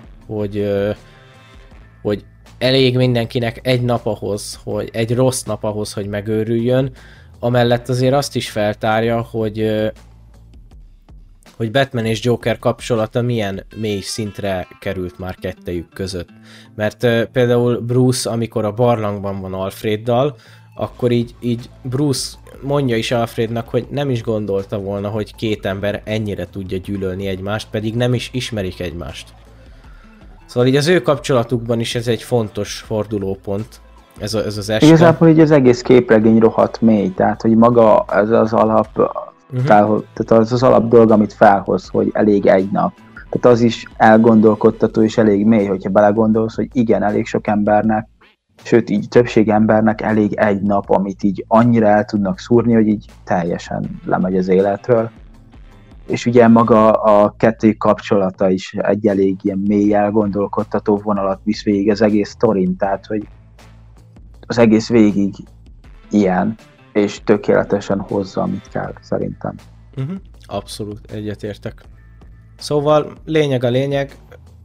hogy elég mindenkinek egy nap ahhoz, egy rossz nap ahhoz, hogy megőrüljön, amellett azért azt is feltárja, hogy Batman és Joker kapcsolata milyen mély szintre került már kettejük között. Mert például Bruce, amikor a barlangban van Alfreddal, akkor így Bruce mondja is Alfrednak, hogy nem is gondolta volna, hogy két ember ennyire tudja gyűlölni egymást, pedig nem is ismerik egymást. Szóval így az ő kapcsolatukban is ez egy fontos fordulópont, ez az este.
Igazából így az egész képregény rohadt mély, tehát hogy maga ez az alap, tehát az alap dolog, amit felhoz, hogy elég egy nap. Tehát az is elgondolkodtató és elég mély, hogyha belegondolsz, hogy igen, elég sok embernek, sőt így többség embernek elég egy nap, amit így annyira el tudnak szúrni, hogy így teljesen lemegy az életről. És ugye maga a kettő kapcsolata is egy elég ilyen mély elgondolkodtató vonalat visz végig az egész sztorin, tehát hogy az egész végig ilyen, és tökéletesen hozza, amit kell, szerintem.
Abszolút, egyetértek. Szóval lényeg a lényeg,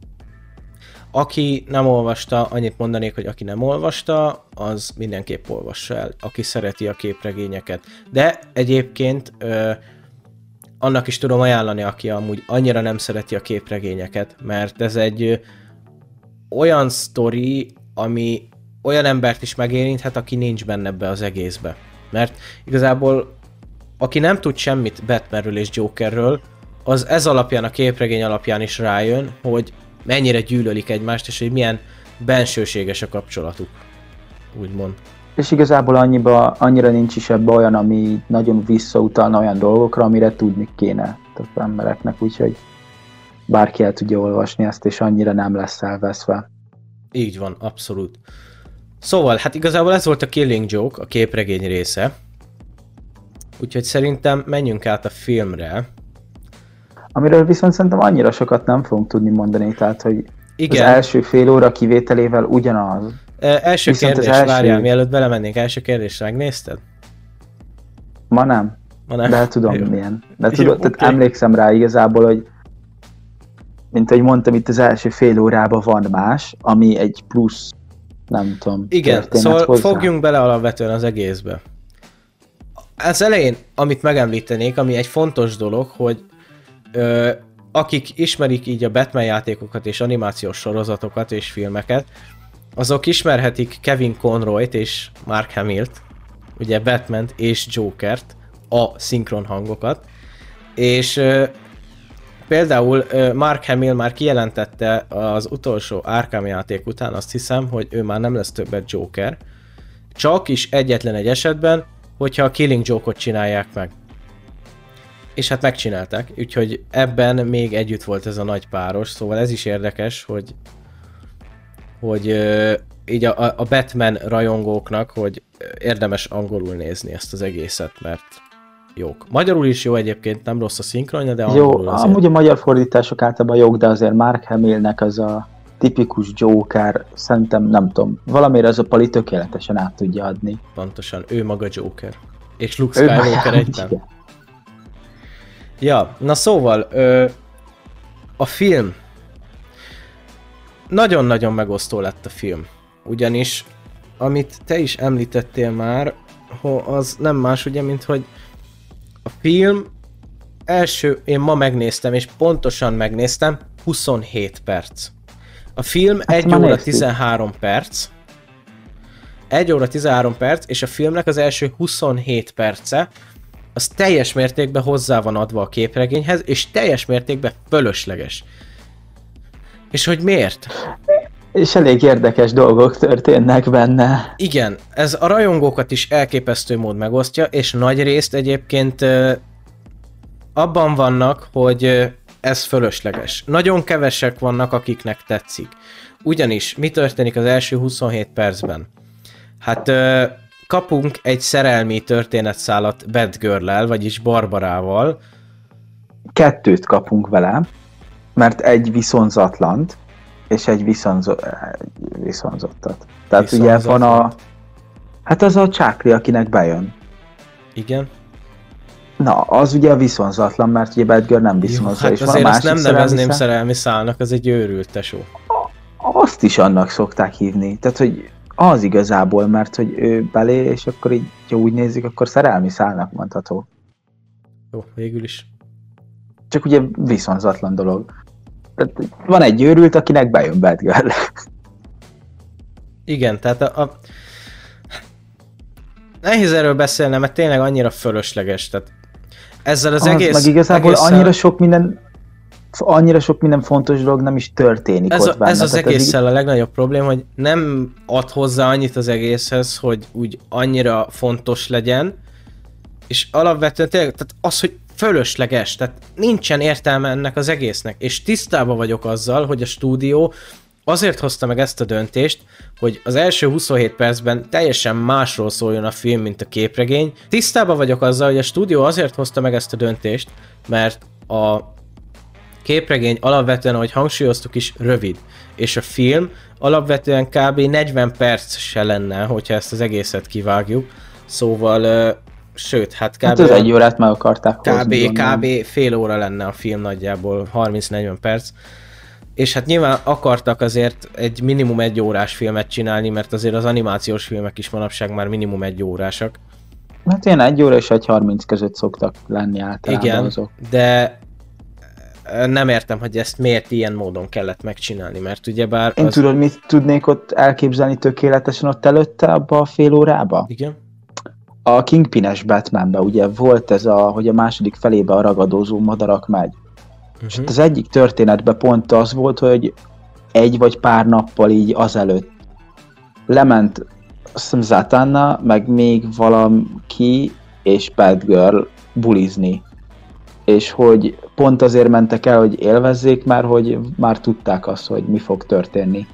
aki nem olvasta, annyit mondanék, hogy aki nem olvasta, az mindenképp olvassa el, aki szereti a képregényeket. De egyébként annak is tudom ajánlani, aki amúgy annyira nem szereti a képregényeket, mert ez egy olyan sztori, ami olyan embert is megérinthet, aki nincs benne ebbe az egészbe. Mert igazából aki nem tud semmit Batmanről és Jokerről, az ez alapján, a képregény alapján is rájön, hogy mennyire gyűlölik egymást, és hogy milyen bensőséges a kapcsolatuk, úgymond.
És igazából annyira nincs is ebben olyan, ami nagyon visszautalna olyan dolgokra, amire tudni kéne az embereknek, úgyhogy bárki el tudja olvasni ezt, és annyira nem lesz elveszve.
Így van, abszolút. Szóval, hát igazából ez volt a Killing Joke, a képregény része. Úgyhogy szerintem menjünk át a filmre.
Amiről viszont szerintem annyira sokat nem fogunk tudni mondani, tehát hogy igen. Az első fél óra kivételével ugyanaz.
Első kérdés, várjál, mielőtt belemennénk, első kérdésre megnézted?
Ma nem. De tudom milyen. De
Jó,
tudom, tehát
oké.
emlékszem rá igazából, hogy mint ahogy mondtam, itt az első fél órában van más, ami egy plusz, nem tudom,
Igen,
történet
szóval
hozzá.
fogjunk bele alapvetően az egészbe. Az elején, amit megemlítenék, ami egy fontos dolog, hogy akik ismerik így a Batman játékokat és animációs sorozatokat és filmeket, azok ismerhetik Kevin Conroyt és Mark Hamilt, ugye Batmant és Jokert, a szinkron hangokat, és például Mark Hamill már kijelentette az utolsó Arkham játék után, azt hiszem, hogy ő már nem lesz többet Joker, csak is egyetlen egy esetben, hogyha a Killing Joke-ot csinálják meg. És hát megcsinálták, úgyhogy ebben még együtt volt ez a nagy páros, szóval ez is érdekes, hogy így a Batman rajongóknak, hogy érdemes angolul nézni ezt az egészet, mert jók. Magyarul is jó egyébként, nem rossz a szinkronja, de angolul
jó,
azért.
amúgy a magyar fordítások általában jók, de azért Mark Hamillnek az a tipikus Joker, szerintem nem tudom, valamire az a Pali tökéletesen át tudja adni.
Pontosan, ő maga Joker. És Luke Skywalker egyben.
Igen.
Ja, na szóval, a film nagyon-nagyon megosztó lett a film. Ugyanis, amit te is említettél már, az nem más ugye, mint hogy a film én ma megnéztem, és pontosan megnéztem, 27 perc. A film 1 óra 13 perc. 1 óra 13 perc, és a filmnek az első 27 perce az teljes mértékben hozzá van adva a képregényhez, és teljes mértékben fölösleges. És hogy miért?
És elég érdekes dolgok történnek benne.
Igen, ez a rajongókat is elképesztő mód megosztja, és nagy részt egyébként abban vannak, hogy ez fölösleges. Nagyon kevesek vannak, akiknek tetszik. Ugyanis mi történik az első 27 percben? Hát kapunk egy szerelmi történetszálat Batgirl-lel, vagyis Barbarával.
2 kapunk vele, mert egy viszonzatlant, és egy viszonzottat. Tehát ugye van a... Hát az a csákli, akinek bejön.
Igen.
Na, az ugye a viszonzatlan, mert ugye Batgirl nem viszonozza.
Hát
és
azért
van
azt nem nevezném szerelmi szálnak, az egy őrült tesó.
Azt is annak szokták hívni. Tehát, hogy az igazából, mert hogy ő belé, és akkor így, ha úgy nézzük, akkor szerelmi szálnak mondható.
Jó, végül is.
Csak ugye viszonzatlan dolog. Tehát van egy őrült, akinek bejön Batgirl.
Igen, tehát nehéz erről beszélnem, mert tényleg annyira fölösleges, tehát ezzel az egész...
Meg igazából annyira sok minden fontos dolog nem is történik ott benne.
Ez az egésszel a legnagyobb probléma, hogy nem ad hozzá annyit az egészhez, hogy úgy annyira fontos legyen, és alapvetően tényleg, tehát az, hogy fölösleges, tehát nincsen értelme ennek az egésznek, és tisztában vagyok azzal, hogy a stúdió azért hozta meg ezt a döntést, hogy az első 27 percben teljesen másról szóljon a film, mint a képregény. Tisztában vagyok azzal, hogy a stúdió azért hozta meg ezt a döntést, mert a képregény alapvetően, ahogy hangsúlyoztuk is, rövid. És a film alapvetően kb. 40 perc se lenne, hogyha ezt az egészet kivágjuk. Szóval, sőt, hát kb.
Hát az 1 órát meg akarták hozni.
Kb. Fél óra lenne a film nagyjából, 30-40 perc. És hát nyilván akartak azért egy minimum 1 órás filmet csinálni, mert azért az animációs filmek is manapság már minimum 1 órásak.
Hát ilyen 1 óra és 1:30 között szoktak lenni általában.
Igen,
azok.
De nem értem, hogy ezt miért ilyen módon kellett megcsinálni, mert ugyebár...
Én tudod, mit tudnék ott elképzelni tökéletesen ott előtte, abba a fél órába?
Igen?
A Kingpin-es Batmanben ugye volt ez hogy a második felébe a ragadozó madarak megy. És az egyik történetben pont az volt, hogy 1 vagy pár nappal így azelőtt lement azt hiszem Zatanna, meg még valaki és Batgirl bulizni. És hogy pont azért mentek el, hogy élvezzék már, hogy már tudták azt, hogy mi fog történni.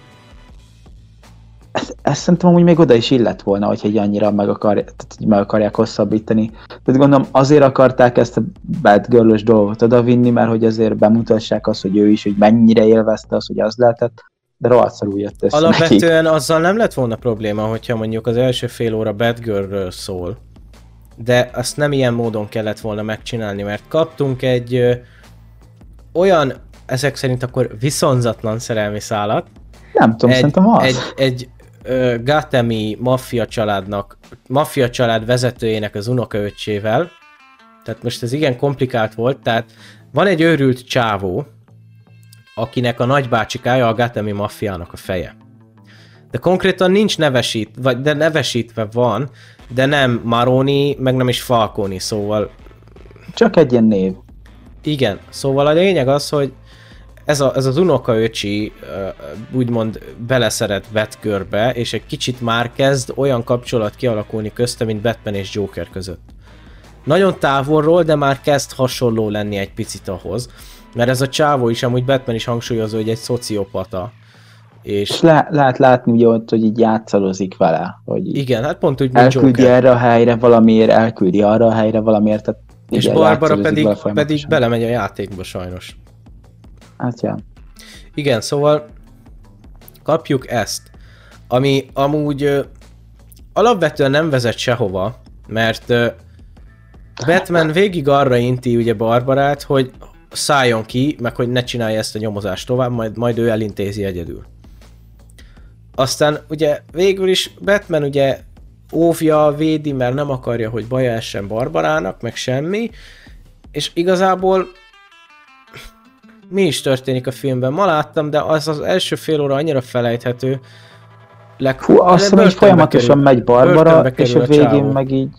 Ezt szerintem amúgy még oda is illett volna, hogyha így annyira meg akarják hosszabbítani. Tehát gondolom azért akarták ezt a Batgirl-ös dolgot odavinni, mert hogy azért bemutassák azt, hogy ő is, hogy mennyire élvezte azt, hogy az lehetett, de rohadszarul jött össze
alapvetően nekik. Azzal nem lett volna probléma, hogyha mondjuk az első fél óra Batgirlről szól, de azt nem ilyen módon kellett volna megcsinálni, mert kaptunk egy olyan, ezek szerint akkor viszonzatlan szerelmi szálat.
Nem tudom, szerintem az.
Egy Gatemi maffia család vezetőjének az unokaöccsével. Tehát most ez igen komplikált volt, tehát van egy őrült csávó, akinek a nagybácsikája a Gatemi maffiának a feje. De konkrétan nincs de nevesítve van, de nem Maroni, meg nem is Falconi, szóval...
Csak egy ilyen név.
Igen, szóval a lényeg az, hogy ez az unokaöcsi úgymond beleszeret Batgirlbe, és egy kicsit már kezd olyan kapcsolat kialakulni közte, mint Batman és Joker között. Nagyon távolról, de már kezd hasonló lenni egy picit ahhoz, mert ez a csávó is, amúgy Batman is hangsúlyozó, hogy egy szociopata. És
lehet látni ugye ott, hogy így játszalozik vele, hogy
igen, hát pont úgy, mint
elküldi
Joker.
erre a helyre valamiért, elküldi arra a helyre valamiért, tehát
és Barbara pedig belemegy a játékba sajnos.
Hát ja.
Igen, szóval kapjuk ezt, ami amúgy alapvetően nem vezet sehova, mert Batman végig arra inti ugye Barbarát, hogy szálljon ki, meg hogy ne csinálja ezt a nyomozást tovább, majd ő elintézi egyedül. Aztán ugye végül is Batman ugye óvja, védi, mert nem akarja, hogy baja essen Barbarának, meg semmi, és igazából mi is történik a filmben? Ma láttam, de az első fél óra annyira felejthető.
Azt hiszem, hogy folyamatosan megy Barbara, és a végén meg így...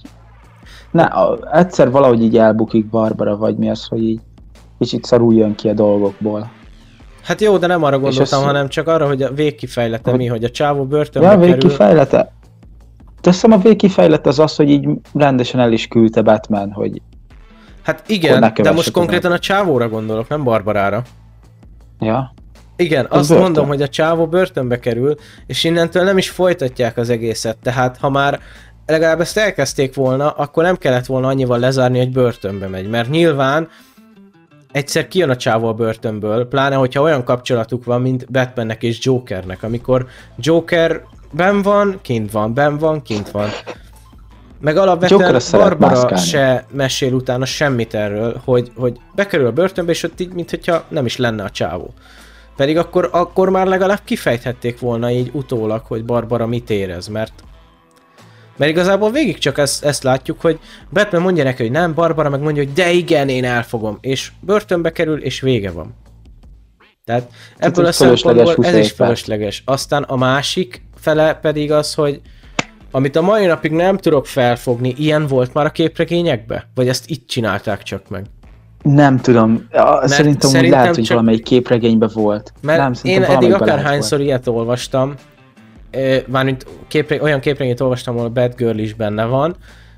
egyszer valahogy így elbukik Barbara, vagy mi az, hogy így kicsit szarul jön ki a dolgokból.
Hát jó, de nem arra gondoltam, hanem csak arra, hogy a végkifejlete mi, hogy a csávó börtönbe kerül.
Ja, a végkifejlete? De azt hiszem, a végkifejlet az, hogy így rendesen el is küldte Batman, hogy...
Hát igen, de most konkrétan a csávóra gondolok, nem Barbarára.
Ja.
Igen, azt mondom, hogy a csávó börtönbe kerül, és innentől nem is folytatják az egészet, tehát ha már legalább ezt elkezdték volna, akkor nem kellett volna annyival lezárni, hogy börtönbe megy, mert nyilván egyszer kijön a csávó a börtönből, pláne hogyha olyan kapcsolatuk van, mint Batmannek és Jokernek, amikor Joker benn van, kint van. Meg alapvetően Barbara se mesél utána semmit erről, hogy bekerül a börtönbe, és ott így, mintha nem is lenne a csávó. Pedig akkor már legalább kifejthették volna így utólag, hogy Barbara mit érez, mert igazából végig csak ezt látjuk, hogy Batman mondja neki, hogy nem, Barbara meg mondja, hogy de igen, én elfogom, és börtönbe kerül, és vége van. Tehát ebből a szempontból ez is fölösleges. Aztán a másik fele pedig az, hogy amit a mai napig nem tudok felfogni, ilyen volt már a képregényekbe? Vagy ezt itt csinálták csak meg?
Nem tudom. Szerintem úgy lehet, hogy valamelyik képregényben volt.
Mert nem, én eddig akárhányszor ilyet olvastam, mármint olyan képregényt olvastam, ahol Batgirl is benne van,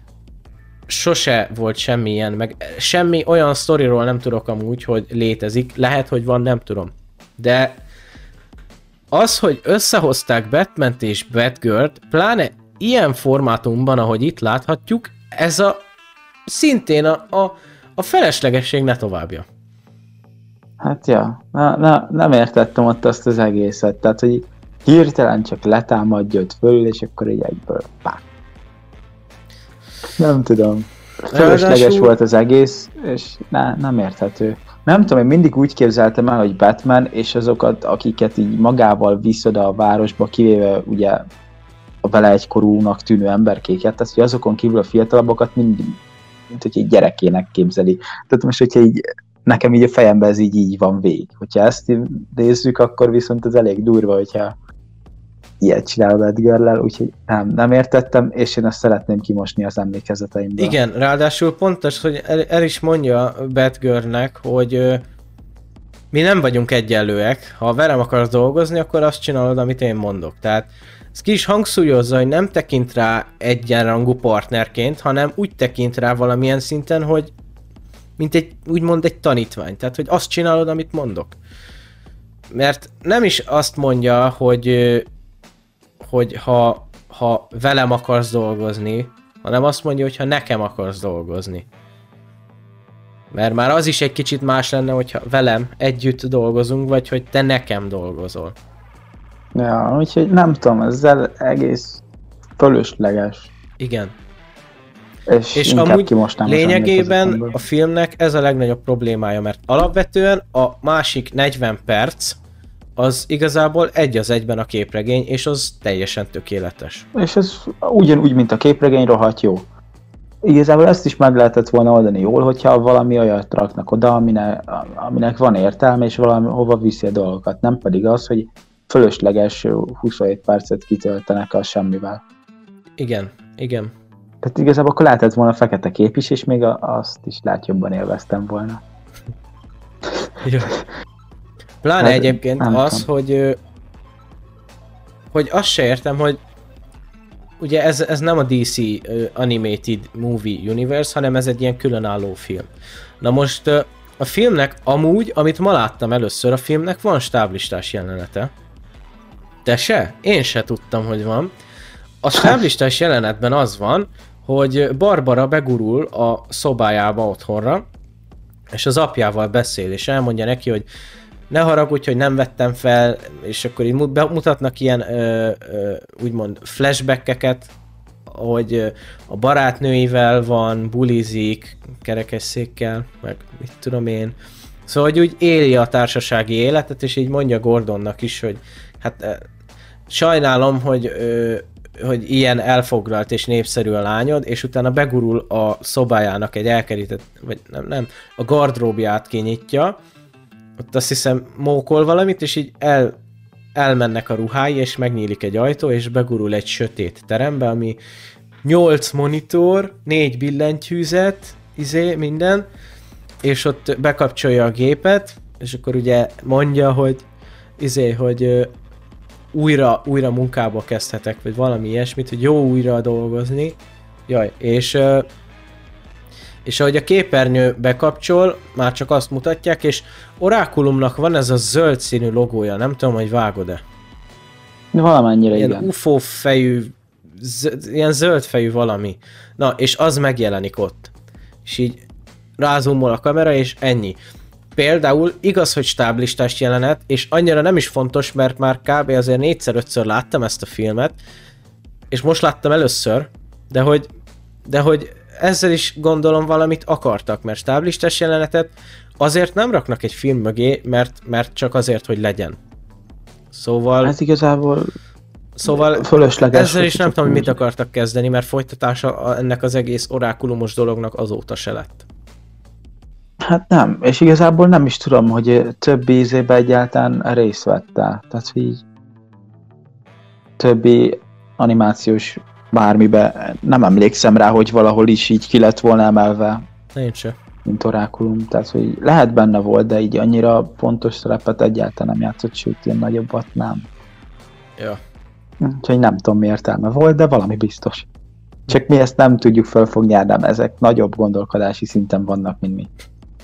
sose volt semmi ilyen, meg semmi olyan sztoriról nem tudok amúgy, hogy létezik. Lehet, hogy van, nem tudom. De az, hogy összehozták Batmant és Batgirlt, pláne ilyen formátumban, ahogy itt láthatjuk, ez szintén a feleslegesség ne továbbja.
Hát ja, nem értettem ott azt az egészet, tehát hogy hirtelen csak letámadja ott fölül, és akkor így egyből pá. Nem tudom. Felesleges volt az egész, és nem érthető. Nem tudom, én mindig úgy képzeltem el, hogy Batman és azokat, akiket így magával visz oda a városba, kivéve ugye a vele egykorúnak tűnő emberkéket, tehát hogy azokon kívül a fiatalabbakat mindig, mint hogy egy gyerekének képzeli. Tehát most, hogyha így nekem így a fejemben ez így van végig. Hogyha ezt nézzük, akkor viszont ez elég durva, hogyha ilyet csinál a Batgirl-lel, úgyhogy nem értettem, és én ezt szeretném kimosni az emlékezeteimből.
Igen, ráadásul pontos, hogy el is mondja Batgirlnek, hogy mi nem vagyunk egyenlőek, ha velem akarsz dolgozni, akkor azt csinálod, amit én mondok. Tehát ez ki is hangsúlyozza, hogy nem tekint rá egyenrangú partnerként, hanem úgy tekint rá valamilyen szinten, hogy mint úgymond egy tanítvány. Tehát, hogy azt csinálod, amit mondok. Mert nem is azt mondja, hogy ha velem akarsz dolgozni, hanem azt mondja, hogy ha nekem akarsz dolgozni. Mert már az is egy kicsit más lenne, hogyha velem együtt dolgozunk, vagy hogy te nekem dolgozol.
Ja, úgyhogy nem tudom, ezzel egész fölösleges.
Igen. És amúgy lényegében a filmnek ez a legnagyobb problémája, mert alapvetően a másik 40 perc az igazából egy az egyben a képregény, és az teljesen tökéletes.
És ez ugyanúgy, mint a képregény, rohadt jó. Igazából ezt is meg lehetett volna oldani jól, hogyha valami olyat raknak oda, aminek van értelme, és valahova viszi a dolgokat. Nem pedig az, hogy fölösleges 27 percet kitöltenek a semmivel.
Igen.
Tehát igazából akkor lehetett volna fekete kép is, és még azt is jobban élveztem volna.
Jó. Pláne hát, egyébként az, hogy azt se értem, hogy ugye ez nem a DC Animated Movie Universe, hanem ez egy ilyen különálló film. Na most a filmnek amúgy, amit ma láttam először, a filmnek van stáblistás jelenete. Te se? Én se tudtam, hogy van. A stáblistás jelenetben az van, hogy Barbara begurul a szobájába otthonra, és az apjával beszél, és elmondja neki, hogy ne haragudj, hogy nem vettem fel, és akkor így mutatnak ilyen úgymond flashbackeket, hogy a barátnőivel van, bulizik, kerekesszékkel, meg mit tudom én. Szóval, hogy úgy éli a társasági életet, és így mondja Gordonnak is, hogy hát sajnálom, hogy ilyen elfoglalt és népszerű a lányod, és utána begurul a szobájának egy elkerített, vagy nem, a gardróbját kinyitja, ott azt hiszem mókol valamit, és így elmennek a ruhái, és megnyílik egy ajtó, és begurul egy sötét terembe, ami 8 monitor, 4 billentyűzet, minden, és ott bekapcsolja a gépet, és akkor ugye mondja, hogy hogy újra munkába kezdhetek, vagy valami ilyesmit, hogy jó újra dolgozni. Jaj, és ahogy a képernyő bekapcsol, már csak azt mutatják, és Orákulumnak van ez a zöld színű logója, nem tudom, hogy vágod-e.
Valamennyire
ilyen
igen.
UFO fejű, ilyen zöld fejű valami. Na, és az megjelenik ott. És így rázumol a kamera, és ennyi. Például igaz, hogy stáblistás jelenet, és annyira nem is fontos, mert már kb. Azért 4-5-ször láttam ezt a filmet, és most láttam először, de hogy ezzel is gondolom valamit akartak, mert stáblistás jelenetet azért nem raknak egy film mögé, mert csak azért, hogy legyen. Szóval...
Ez igazából
fölösleges. Ezzel is nem tudom, hogy mit akartak kezdeni, mert folytatása ennek az egész orákulumos dolognak azóta se lett.
Hát nem, és igazából nem is tudom, hogy többi ízében egyáltalán részt vettál. Tehát, hogy így többi animációs bármibe nem emlékszem rá, hogy valahol is így ki lett volna emelve.
Nincs se.
Mint orákulum. Tehát, hogy lehet benne volt, de így annyira fontos szerepet egyáltalán nem játszott, sőt, ilyen nagyobbat nem.
Ja.
Úgyhogy nem tudom, mi értelme volt, de valami biztos. Csak mi ezt nem tudjuk felfogni, Ádám, ezek nagyobb gondolkodási szinten vannak, mint mi.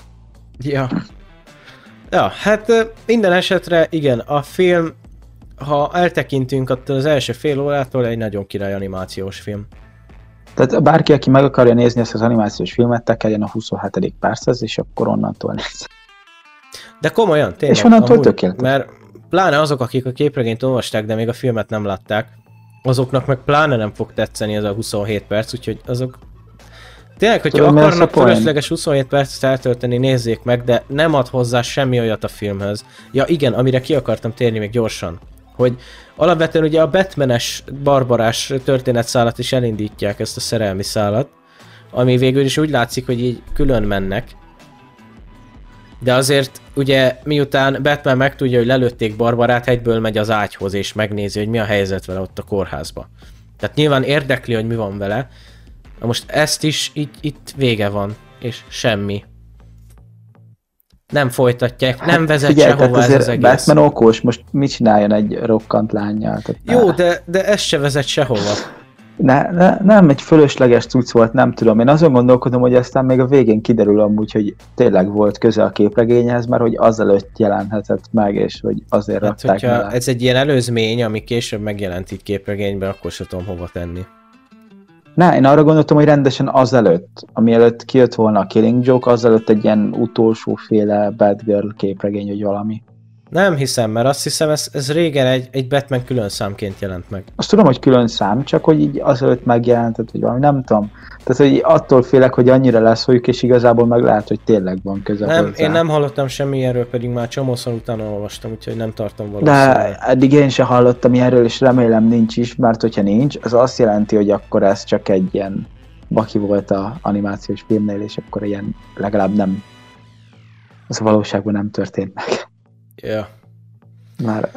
Ja, hát minden esetre igen, a film, ha eltekintünk attól az első fél órától, egy nagyon király animációs film.
Tehát bárki, aki meg akarja nézni ezt az animációs filmet, tekerjen a 27. perchez, és akkor onnantól néz.
De komolyan, tényleg.
És onnantól tökéletes.
Mert pláne azok, akik a képregényt olvasták, de még a filmet nem látták, azoknak meg pláne nem fog tetszeni ez a 27 perc, úgyhogy azok... Tényleg, hogyha akarnak fölösleges 27 percet eltölteni, nézzék meg, de nem ad hozzá semmi olyat a filmhez. Ja igen, amire ki akartam térni még gyorsan, hogy alapvetően ugye a Batman-es barbarás történetszálat is elindítják, ezt a szerelmi szálat, ami végül is úgy látszik, hogy így külön mennek. De azért ugye miután Batman megtudja, hogy lelőtték Barbarát, egyből megy az ágyhoz és megnézi, hogy mi a helyzet vele ott a kórházba. Tehát nyilván érdekli, hogy mi van vele. Na most ezt is itt vége van, és semmi. Nem folytatják, nem vezet figyelj, sehova ez az egész.
Batman okos, most mit csináljon egy rokkant lánnyal?
Jó, de ez se vezet sehova.
Nem, egy fölösleges cucc volt, nem tudom. Én azon gondolkodom, hogy aztán még a végén kiderül amúgy, hogy tényleg volt köze a képregényhez, mert hogy azelőtt jelenhetett meg, és hogy azért
hát,
rakták
hogyha ez egy ilyen előzmény, ami később megjelent itt képregényben, akkor se tudom hova tenni.
Én arra gondoltam, hogy rendesen azelőtt, ami előtt kijött volna a Killing Joke, azelőtt egy ilyen utolsóféle Bad Girl képregény, vagy valami.
Nem hiszem, mert azt hiszem ez régen egy Batman külön számként jelent meg.
Azt tudom, hogy külön szám, csak hogy így azelőtt megjelentett, vagy valami, nem tudom. Tehát, hogy attól félek, hogy annyira leszóljuk, és igazából meg lehet, hogy tényleg van köze
Nem,
hozzá.
én nem hallottam semmi erről, pedig már csomószor utána olvastam, úgyhogy nem tartom valószínűleg.
De eddig én sem hallottam ilyenről, és remélem nincs is, mert hogyha nincs, az azt jelenti, hogy akkor ez csak egy ilyen baki volt a animációs filmnél, és akkor ilyen legalább nem, az a valóságban nem történt meg.
Ja.
Már,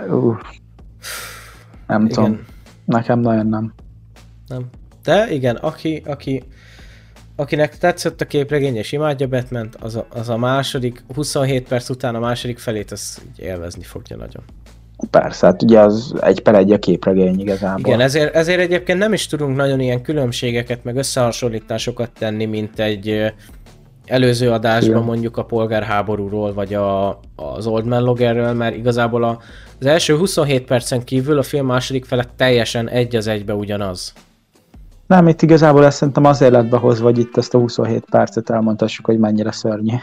nem tudom, nekem nagyon nem.
Nem. De igen, akinek tetszett a képregény és imádja Batmant, az a második, 27 perc után a második felét az így élvezni fogja nagyon.
Persze, hát ugye az 1/1 a képregény igazából.
Igen, ezért egyébként nem is tudunk nagyon ilyen különbségeket, meg összehasonlításokat tenni, mint egy előző adásban mondjuk a polgárháborúról, vagy az Old Man Loganről, mert igazából az első 27 percen kívül a film második fele teljesen egy az egybe ugyanaz.
Nem, itt igazából ezt szerintem azért lett behozva, hogy itt ezt a 27 percet elmondhassuk, hogy mennyire szörnyű.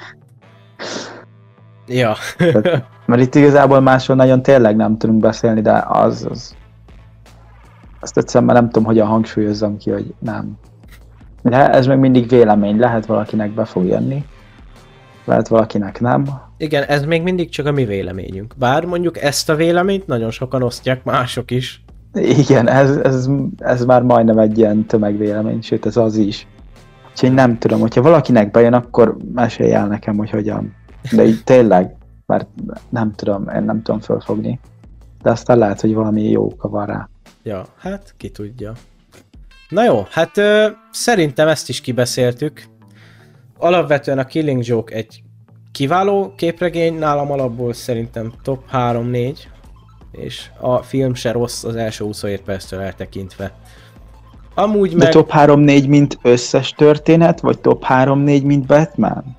Ja.
Tehát, mert itt igazából másról nagyon tényleg nem tudunk beszélni, de azt egyszerűen már nem tudom, hogyan hangsúlyozzam ki, hogy nem. De ez még mindig vélemény, lehet valakinek be fog jönni, lehet valakinek nem.
Igen, ez még mindig csak a mi véleményünk. Bár mondjuk ezt a véleményt nagyon sokan osztják, mások is.
Igen, ez már majdnem egy ilyen tömegvélemény, sőt ez az is. Úgyhogy nem tudom, hogyha valakinek bejön, akkor mesélj el nekem, hogy hogyan. De így tényleg, mert nem tudom, én nem tudom fölfogni. De aztán lehet, hogy valami jó oka van rá.
Ja, hát ki tudja. Na jó, hát szerintem ezt is kibeszéltük. Alapvetően a Killing Joke egy kiváló képregény, nálam alapból szerintem top 3-4, és a film se rossz az első 27 perctől eltekintve. Amúgy
de top 3-4 mint összes történet, vagy top 3-4 mint Batman?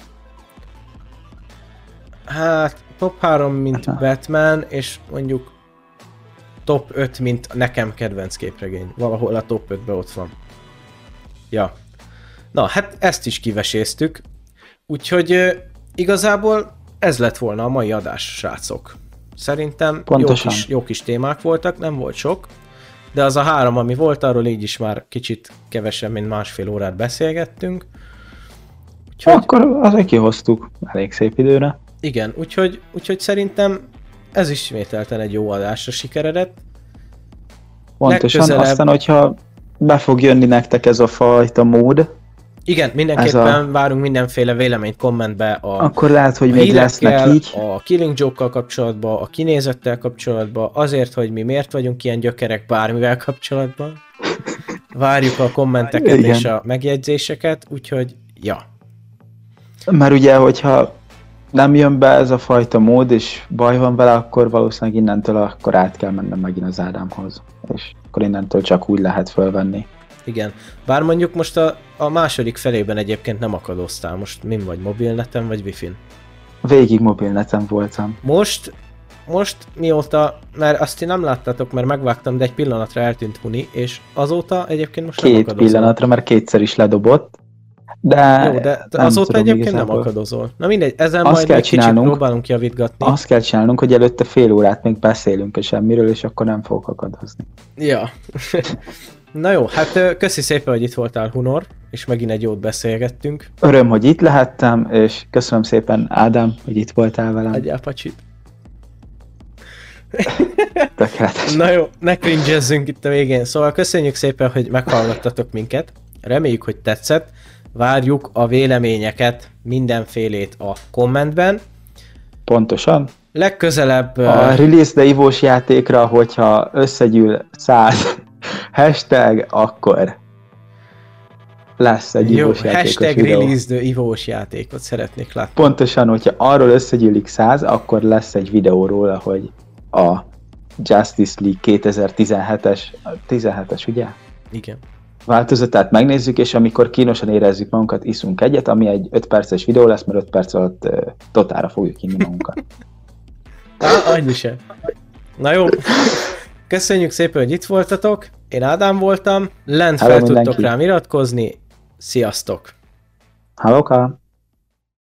Hát top 3 mint Batman, és mondjuk top 5 mint nekem kedvenc képregény. Valahol a top 5-ben ott van. Ja. Na, hát ezt is kiveséztük. Úgyhogy igazából ez lett volna a mai adás, srácok. Szerintem jó kis témák voltak, nem volt sok, de az a 3, ami volt, arról így is már kicsit kevesebb, mint másfél órát beszélgettünk.
Úgyhogy... Akkor azért kihoztuk elég szép időre.
Igen, úgyhogy szerintem ez ismételten egy jó adásra sikeredett.
Pontosan, aztán hogyha be fog jönni nektek ez a fajta mód.
Igen, mindenképpen várunk mindenféle véleményt kommentbe
akkor lehet, hogy még lesznek így.
A Killing Joke-kal kapcsolatban, a kinézettel kapcsolatban, azért, hogy mi miért vagyunk ilyen gyökerek bármivel kapcsolatban. Várjuk a kommenteket és a megjegyzéseket, úgyhogy ja.
Mert ugye, hogyha nem jön be ez a fajta mód, és baj van vele, akkor valószínűleg innentől akkor át kell mennem megint az Ádámhoz. És akkor innentől csak úgy lehet fölvenni.
Igen. Bár mondjuk most a második felében egyébként nem akadoztál. Most min vagy? Mobilneten vagy Wi-Fi-n?
Végig mobilneten voltam.
Most mióta, mert azt ti nem láttátok, mert megvágtam, de egy pillanatra eltűnt Huni, és azóta egyébként most nem akadozol.
2 pillanatra, mert 2-szer is ledobott. De
jó, de azóta egyébként igazából nem akadozol. Na mindegy, ezen
azt
majd egy kicsit próbálunk javítgatni.
Azt kell csinálnunk, hogy előtte fél órát még beszélünk a semmiről, és akkor nem fogok akadozni.
Ja. Na jó, hát köszi szépen, hogy itt voltál, Hunor, és megint egy jót beszélgettünk.
Öröm, hogy itt lehettem, és köszönöm szépen, Ádám, hogy itt voltál velem.
Adjál pacsit.
Tökéletes.
Na jó, ne cringe-ezzünk itt a végén. Szóval köszönjük szépen, hogy meghallgattatok minket. Reméljük, hogy tetszett. Várjuk a véleményeket, mindenfélét a kommentben.
Pontosan.
Legközelebb...
A Release the Ivós játékra, hogyha összegyűl 100 hashtag, akkor lesz egy ivós játékos
hashtag
videó.
Release the Ivós játékot szeretnék látni.
Pontosan, hogyha arról összegyűlik 100, akkor lesz egy videó róla, hogy a Justice League 2017-es, 17-es, ugye?
Igen.
Változatát megnézzük, és amikor kínosan érezzük magunkat, iszunk egyet, ami egy 5 perces videó lesz, mert 5 perc alatt totálra fogjuk inni magunkat.
Annyi sem. Na jó, köszönjük szépen, hogy itt voltatok. Én Ádám voltam, lent fel tudtok rám iratkozni. Sziasztok!
Hallóka!